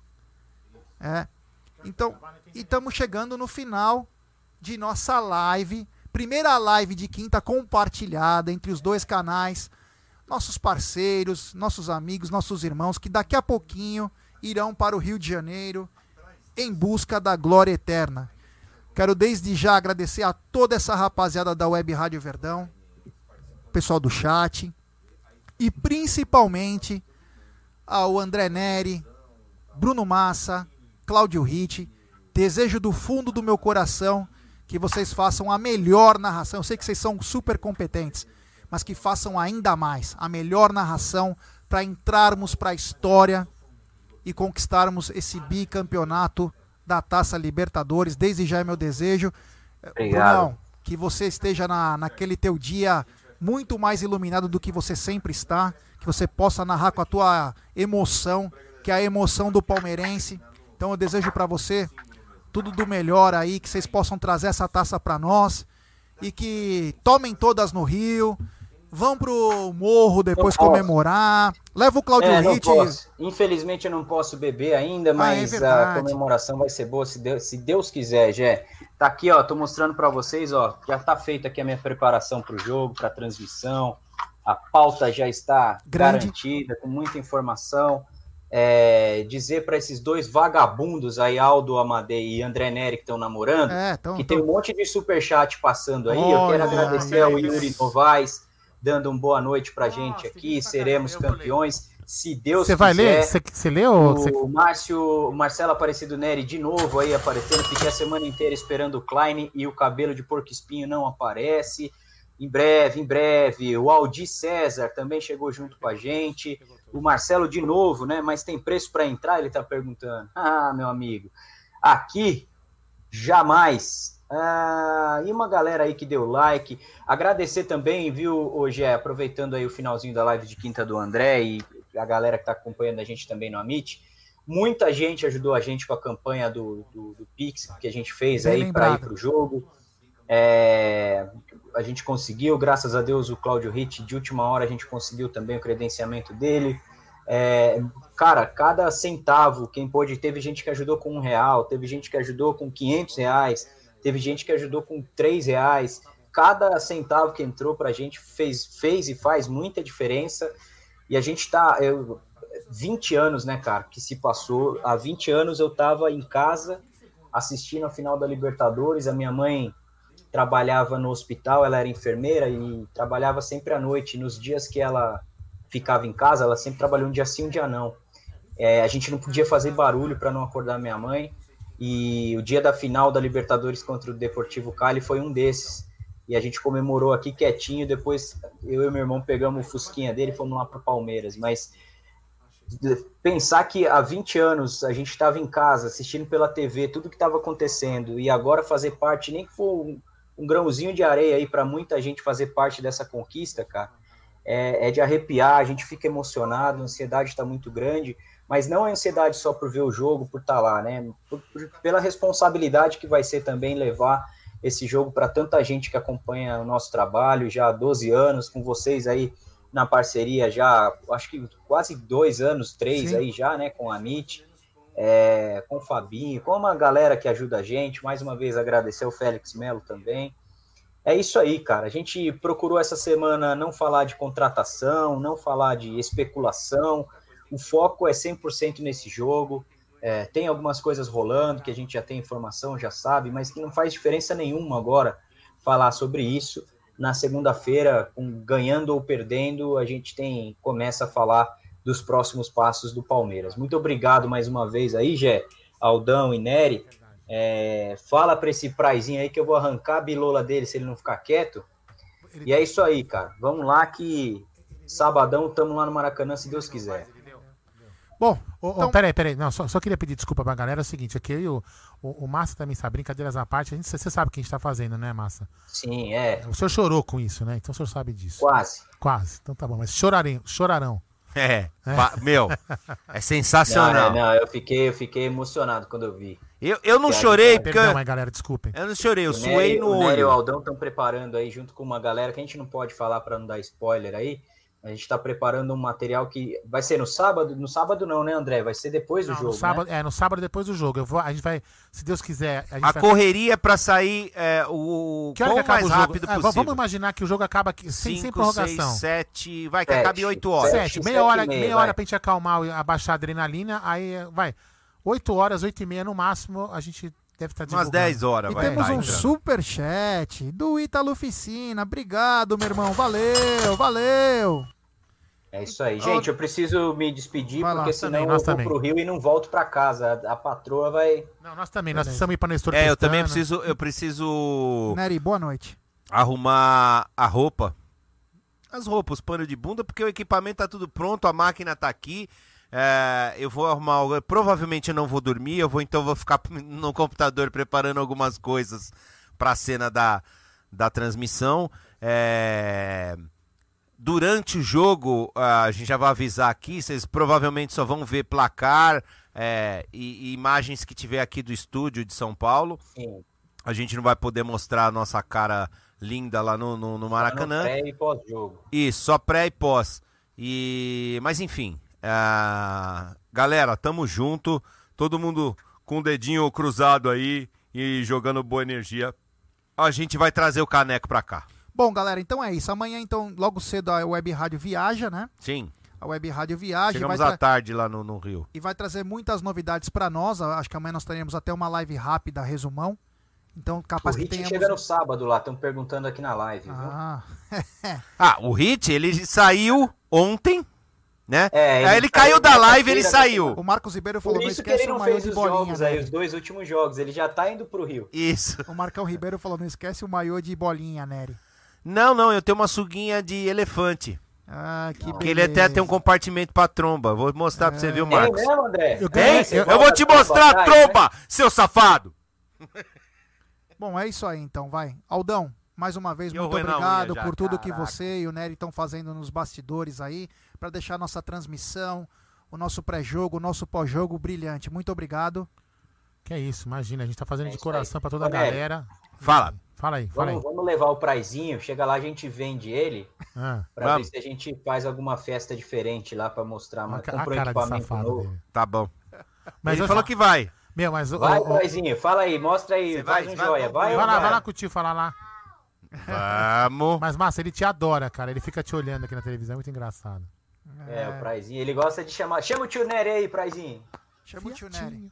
É. Então, e estamos chegando no final de nossa live. Primeira live de quinta compartilhada entre os dois canais. Nossos parceiros, nossos amigos, nossos irmãos, que daqui a pouquinho irão para o Rio de Janeiro em busca da glória eterna. Quero desde já agradecer a toda essa rapaziada da Web Rádio Verdão, pessoal do chat e principalmente ao André Neri, Bruno Massa, Cláudio Ritt. Desejo do fundo do meu coração que vocês façam a melhor narração. Eu sei que vocês são super competentes, mas que façam ainda mais a melhor narração para entrarmos para a história e conquistarmos esse bicampeonato da Taça Libertadores. Desde já é meu desejo. Obrigado. Brunão, que você esteja na, naquele teu dia muito mais iluminado do que você sempre está, que você possa narrar com a tua emoção, que é a emoção do palmeirense. Então eu desejo para você tudo do melhor aí, que vocês possam trazer essa taça para nós e que tomem todas no Rio. vão pro morro depois Não comemorar. Leva o Claudio É, não Ritt. posso. Infelizmente eu não posso beber ainda, Ah, é mas a verdade. comemoração vai ser boa, se Deus, se Deus quiser, Gé. Tá aqui, ó, tô mostrando pra vocês, ó, já tá feita aqui a minha preparação pro jogo, pra transmissão. A pauta já está Grande. garantida, com muita informação. É, dizer para esses dois vagabundos aí, Aldo Amadei e André Neri, que estão namorando, É, tão, que tão... tem um monte de superchat passando aí. Eu Olha, quero agradecer olha ao isso. Yuri Novaes, dando uma boa noite pra gente aqui. Seremos campeões, se Deus Você vai quiser. ler? Você, você leu? ou você- O Márcio, o Marcelo Aparecido Neri de novo aí aparecendo. Fiquei a semana inteira esperando o Klein e o cabelo de porco espinho não aparece. Em breve, em breve. O Aldi César também chegou junto com a gente. O Marcelo de novo, né? Mas tem preço para entrar? Ele tá perguntando. Ah, meu amigo. Aqui, jamais. Ah, e uma galera aí que deu like. Agradecer também, viu, hoje é aproveitando aí o finalzinho da live de quinta do André e a galera que tá acompanhando a gente também no Amit. Muita gente ajudou a gente com a campanha do, do, do Pix que a gente fez Bem aí para lembrado. ir pro jogo. É, a gente conseguiu, graças a Deus, o Claudio Ritt, de última hora a gente conseguiu também o credenciamento dele. É, cara, cada centavo, quem pôde, teve gente que ajudou com um real, teve gente que ajudou com quinhentos reais, teve gente que ajudou com três reais. Cada centavo que entrou pra gente fez, fez e faz muita diferença. E a gente tá, eu, vinte anos, né, cara, que se passou. Há vinte anos eu tava em casa assistindo a final da Libertadores. A minha mãe trabalhava no hospital, ela era enfermeira e trabalhava sempre à noite. Nos dias que ela ficava em casa, ela sempre trabalhou um dia sim, um dia não. É, a gente não podia fazer barulho para não acordar minha mãe. E o dia da final da Libertadores contra o Deportivo Cali foi um desses. E a gente comemorou aqui quietinho. Depois eu e meu irmão pegamos o fusquinha dele e fomos lá para o Palmeiras. Mas pensar que há vinte anos a gente estava em casa assistindo pela T V tudo que estava acontecendo e agora fazer parte, nem que for um, um grãozinho de areia aí para muita gente fazer parte dessa conquista, cara, é, é de arrepiar. A gente fica emocionado, a ansiedade está muito grande, mas não é ansiedade só por ver o jogo, por estar lá, né? Por, por, pela responsabilidade que vai ser também levar esse jogo para tanta gente que acompanha o nosso trabalho já há doze anos, com vocês aí na parceria já, acho que quase dois anos, três Sim. aí já, né, com a Amit, é, com o Fabinho, com uma galera que ajuda a gente. Mais uma vez agradecer ao Félix Melo também. É isso aí, cara. A gente procurou essa semana não falar de contratação, não falar de especulação. O foco é cem por cento nesse jogo. É, tem algumas coisas rolando que a gente já tem informação, já sabe, mas que não faz diferença nenhuma agora falar sobre isso. Na segunda-feira, ganhando ou perdendo, a gente tem começa a falar dos próximos passos do Palmeiras. Muito obrigado mais uma vez aí, Gé, Aldão e Nery. É, fala para esse praizinho aí que eu vou arrancar a bilola dele se ele não ficar quieto. E é isso aí, cara. Vamos lá que sabadão estamos lá no Maracanã, se Deus quiser. Bom, oh, então... oh, peraí, peraí. Não, só, só queria pedir desculpa pra galera. É o seguinte, aqui o, o, o Massa também sabe, brincadeiras à parte. Você sabe o que a gente tá fazendo, né, Massa? Sim, é. O senhor chorou com isso, né? Então o senhor sabe disso. Quase. Quase. Então tá bom, mas chorarem, chorarão. É, é. Meu, é sensacional. Não, não, eu fiquei, eu fiquei emocionado quando eu vi. Eu, eu não chorei, porque... Perdão, mas galera, desculpem. Eu não chorei, eu o suei Nery, no o olho. Nery e o Aldão estão preparando aí, junto com uma galera que a gente não pode falar para não dar spoiler aí. A gente está preparando um material que vai ser no sábado. No sábado não, né, André? Vai ser depois do não, jogo, no sábado, né? É, no sábado depois do jogo. Eu vou, a gente vai, se Deus quiser... A, gente a vai... correria para sair é, o que hora quão que acaba mais o jogo? rápido É, possível. Vamos imaginar que o jogo acaba aqui, sem, cinco, sem prorrogação. seis, sete, vai, que sete, acabe em oito horas. sete, meia hora, meia, meia hora pra gente acalmar, abaixar a adrenalina, aí vai. oito horas, oito e meia no máximo, a gente deve estar divulgando. Umas dez horas, e vai. temos vai, um entrando. superchat do Ítalo Ficina. Obrigado, meu irmão. Valeu, valeu. É isso aí. Gente, eu preciso me despedir, Vai lá, porque senão também, eu nós vou também. pro Rio e não volto pra casa. A, a patroa vai... Não, nós também, nós precisamos ir pra Nestor É, eu Pestana. também preciso, eu preciso Nery, boa noite. arrumar a roupa. As roupas, os panos de bunda, porque o equipamento tá tudo pronto, a máquina tá aqui. É, eu vou arrumar, algo- provavelmente eu não vou dormir, eu vou então vou ficar no computador preparando algumas coisas pra cena da, da transmissão. É, durante o jogo, a gente já vai avisar aqui, vocês provavelmente só vão ver placar é, e, e imagens que tiver aqui do estúdio de São Paulo. Sim. A gente não vai poder mostrar a nossa cara linda lá no, no, no Maracanã. Pré e pós-jogo. Isso, só pré e pós. E... Mas enfim, uh... galera, tamo junto. Todo mundo com o dedinho cruzado aí e jogando boa energia. A gente vai trazer o caneco pra cá. Bom, galera, então é isso. Amanhã, então, logo cedo a Web Rádio viaja, né? Sim. A Web Rádio viaja. Chegamos vai à tarde lá no, no Rio. E vai trazer muitas novidades pra nós. Acho que amanhã nós teremos até uma live rápida, resumão. Então, capaz o que Hit tenhamos... chega no sábado lá, estão perguntando aqui na live, viu? Ah, ah o Hit, ele saiu ontem, né? É, ele Aí ele caiu da live, ele saiu. O Marcos Ribeiro falou, Por não isso que esquece ele o não maiô fez de os bolinha, jogos né? aí, os dois últimos jogos, ele já tá indo pro Rio. Isso. O Marcão Ribeiro falou, não esquece o maiô de bolinha, Nery. Não, não, eu tenho uma suguinha de elefante. Ah, que Porque ele até tem um compartimento pra tromba. Vou mostrar é. pra você, viu, Marcos? É mesmo, André? Eu, é, eu, eu vou te mostrar a tromba, né? Seu safado! Bom, é isso aí então, vai. Aldão, mais uma vez, eu muito obrigado já, por tudo caraca. que você e o Nery estão fazendo nos bastidores aí, para deixar nossa transmissão, o nosso pré-jogo, o nosso pós-jogo brilhante. Muito obrigado. Que é isso, imagina, a gente tá fazendo é de coração para toda Ô, a galera. Fala. Fala aí, fala vamos, aí. Vamos levar o Praizinho, chega lá, a gente vende ele, ah, pra vamos. ver se a gente faz alguma festa diferente lá pra mostrar, mas a, comprou a cara equipamento de safado novo. dele. Tá bom. Mas ele falou fa... que vai. Meu, mas vai, o, Praizinho, fala aí, mostra aí, Você faz vai, um vai, joia. Vai, vai, vai lá, vai lá com o tio falar lá. Vamos. Mas, Márcio, ele te adora, cara. Ele fica te olhando aqui na televisão, é muito engraçado. É, é o Praizinho, ele gosta de chamar. Chama o tio Nery aí, Praizinho. Chama o tio Nery.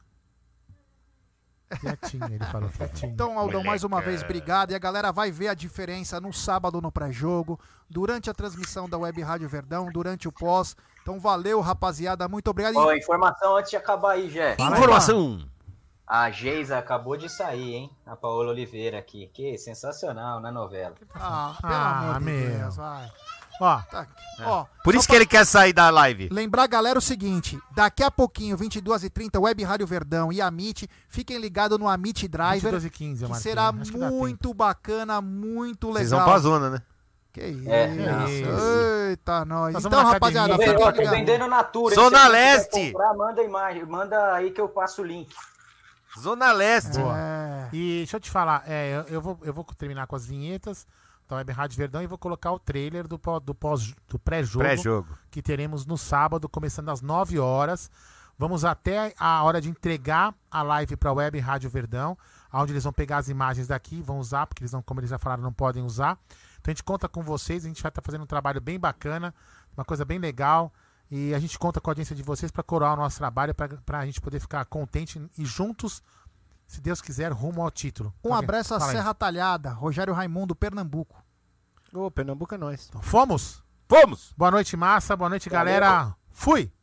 Fiatinho, ele falou fiatinho. Então, Aldão, mais uma vez, obrigado. E a galera vai ver a diferença no sábado no pré-jogo, durante a transmissão da Web Rádio Verdão, durante o pós. Então, valeu, rapaziada. Muito obrigado. Ó, informação antes de acabar aí, Jé. Informação. A Geisa acabou de sair, hein? A Paola Oliveira aqui. Que sensacional na novela. Ah, pelo Ah, amor de meu. Deus, vai. Ó, Tá. Ó, Por só isso pra que ele quer sair da live. lembrar, galera, o seguinte: daqui a pouquinho, vinte e duas e trinta, Web Rádio Verdão e Amit, fiquem ligados no Amit Driver, vinte e dois e quinze, eu que marquei. será Acho que dá muito bacana, muito legal. Vocês vão pra zona, né? Que isso. É, Eita, nós. Nós vamos Então, na rapaziada, academia. fiquem Ó, tô ligados. vendendo Natura. Zona Se você Leste. quiser comprar, manda imagem, manda aí que eu passo o link. Zona Leste. Boa. É. E deixa eu te falar, é, eu, eu, vou, eu vou terminar com as vinhetas da Web Rádio Verdão e vou colocar o trailer do, pó- do, pós, do pré-jogo Pré-jogo. que teremos no sábado, começando às nove horas. Vamos até a hora de entregar a live para a Web Rádio Verdão, onde eles vão pegar as imagens daqui, vão usar, porque eles não, como eles já falaram, não podem usar. Então a gente conta com vocês, a gente vai estar fazendo um trabalho bem bacana, uma coisa bem legal. E a gente conta com a audiência de vocês para coroar o nosso trabalho, para a gente poder ficar contente e juntos, se Deus quiser, rumo ao título. Um Ok? abraço à Fala aí. Serra Talhada, Rogério Raimundo, Pernambuco. Ô, Pernambuco é nós. Fomos? Vamos! Boa noite, massa. Boa noite, Valeu. galera. Fui!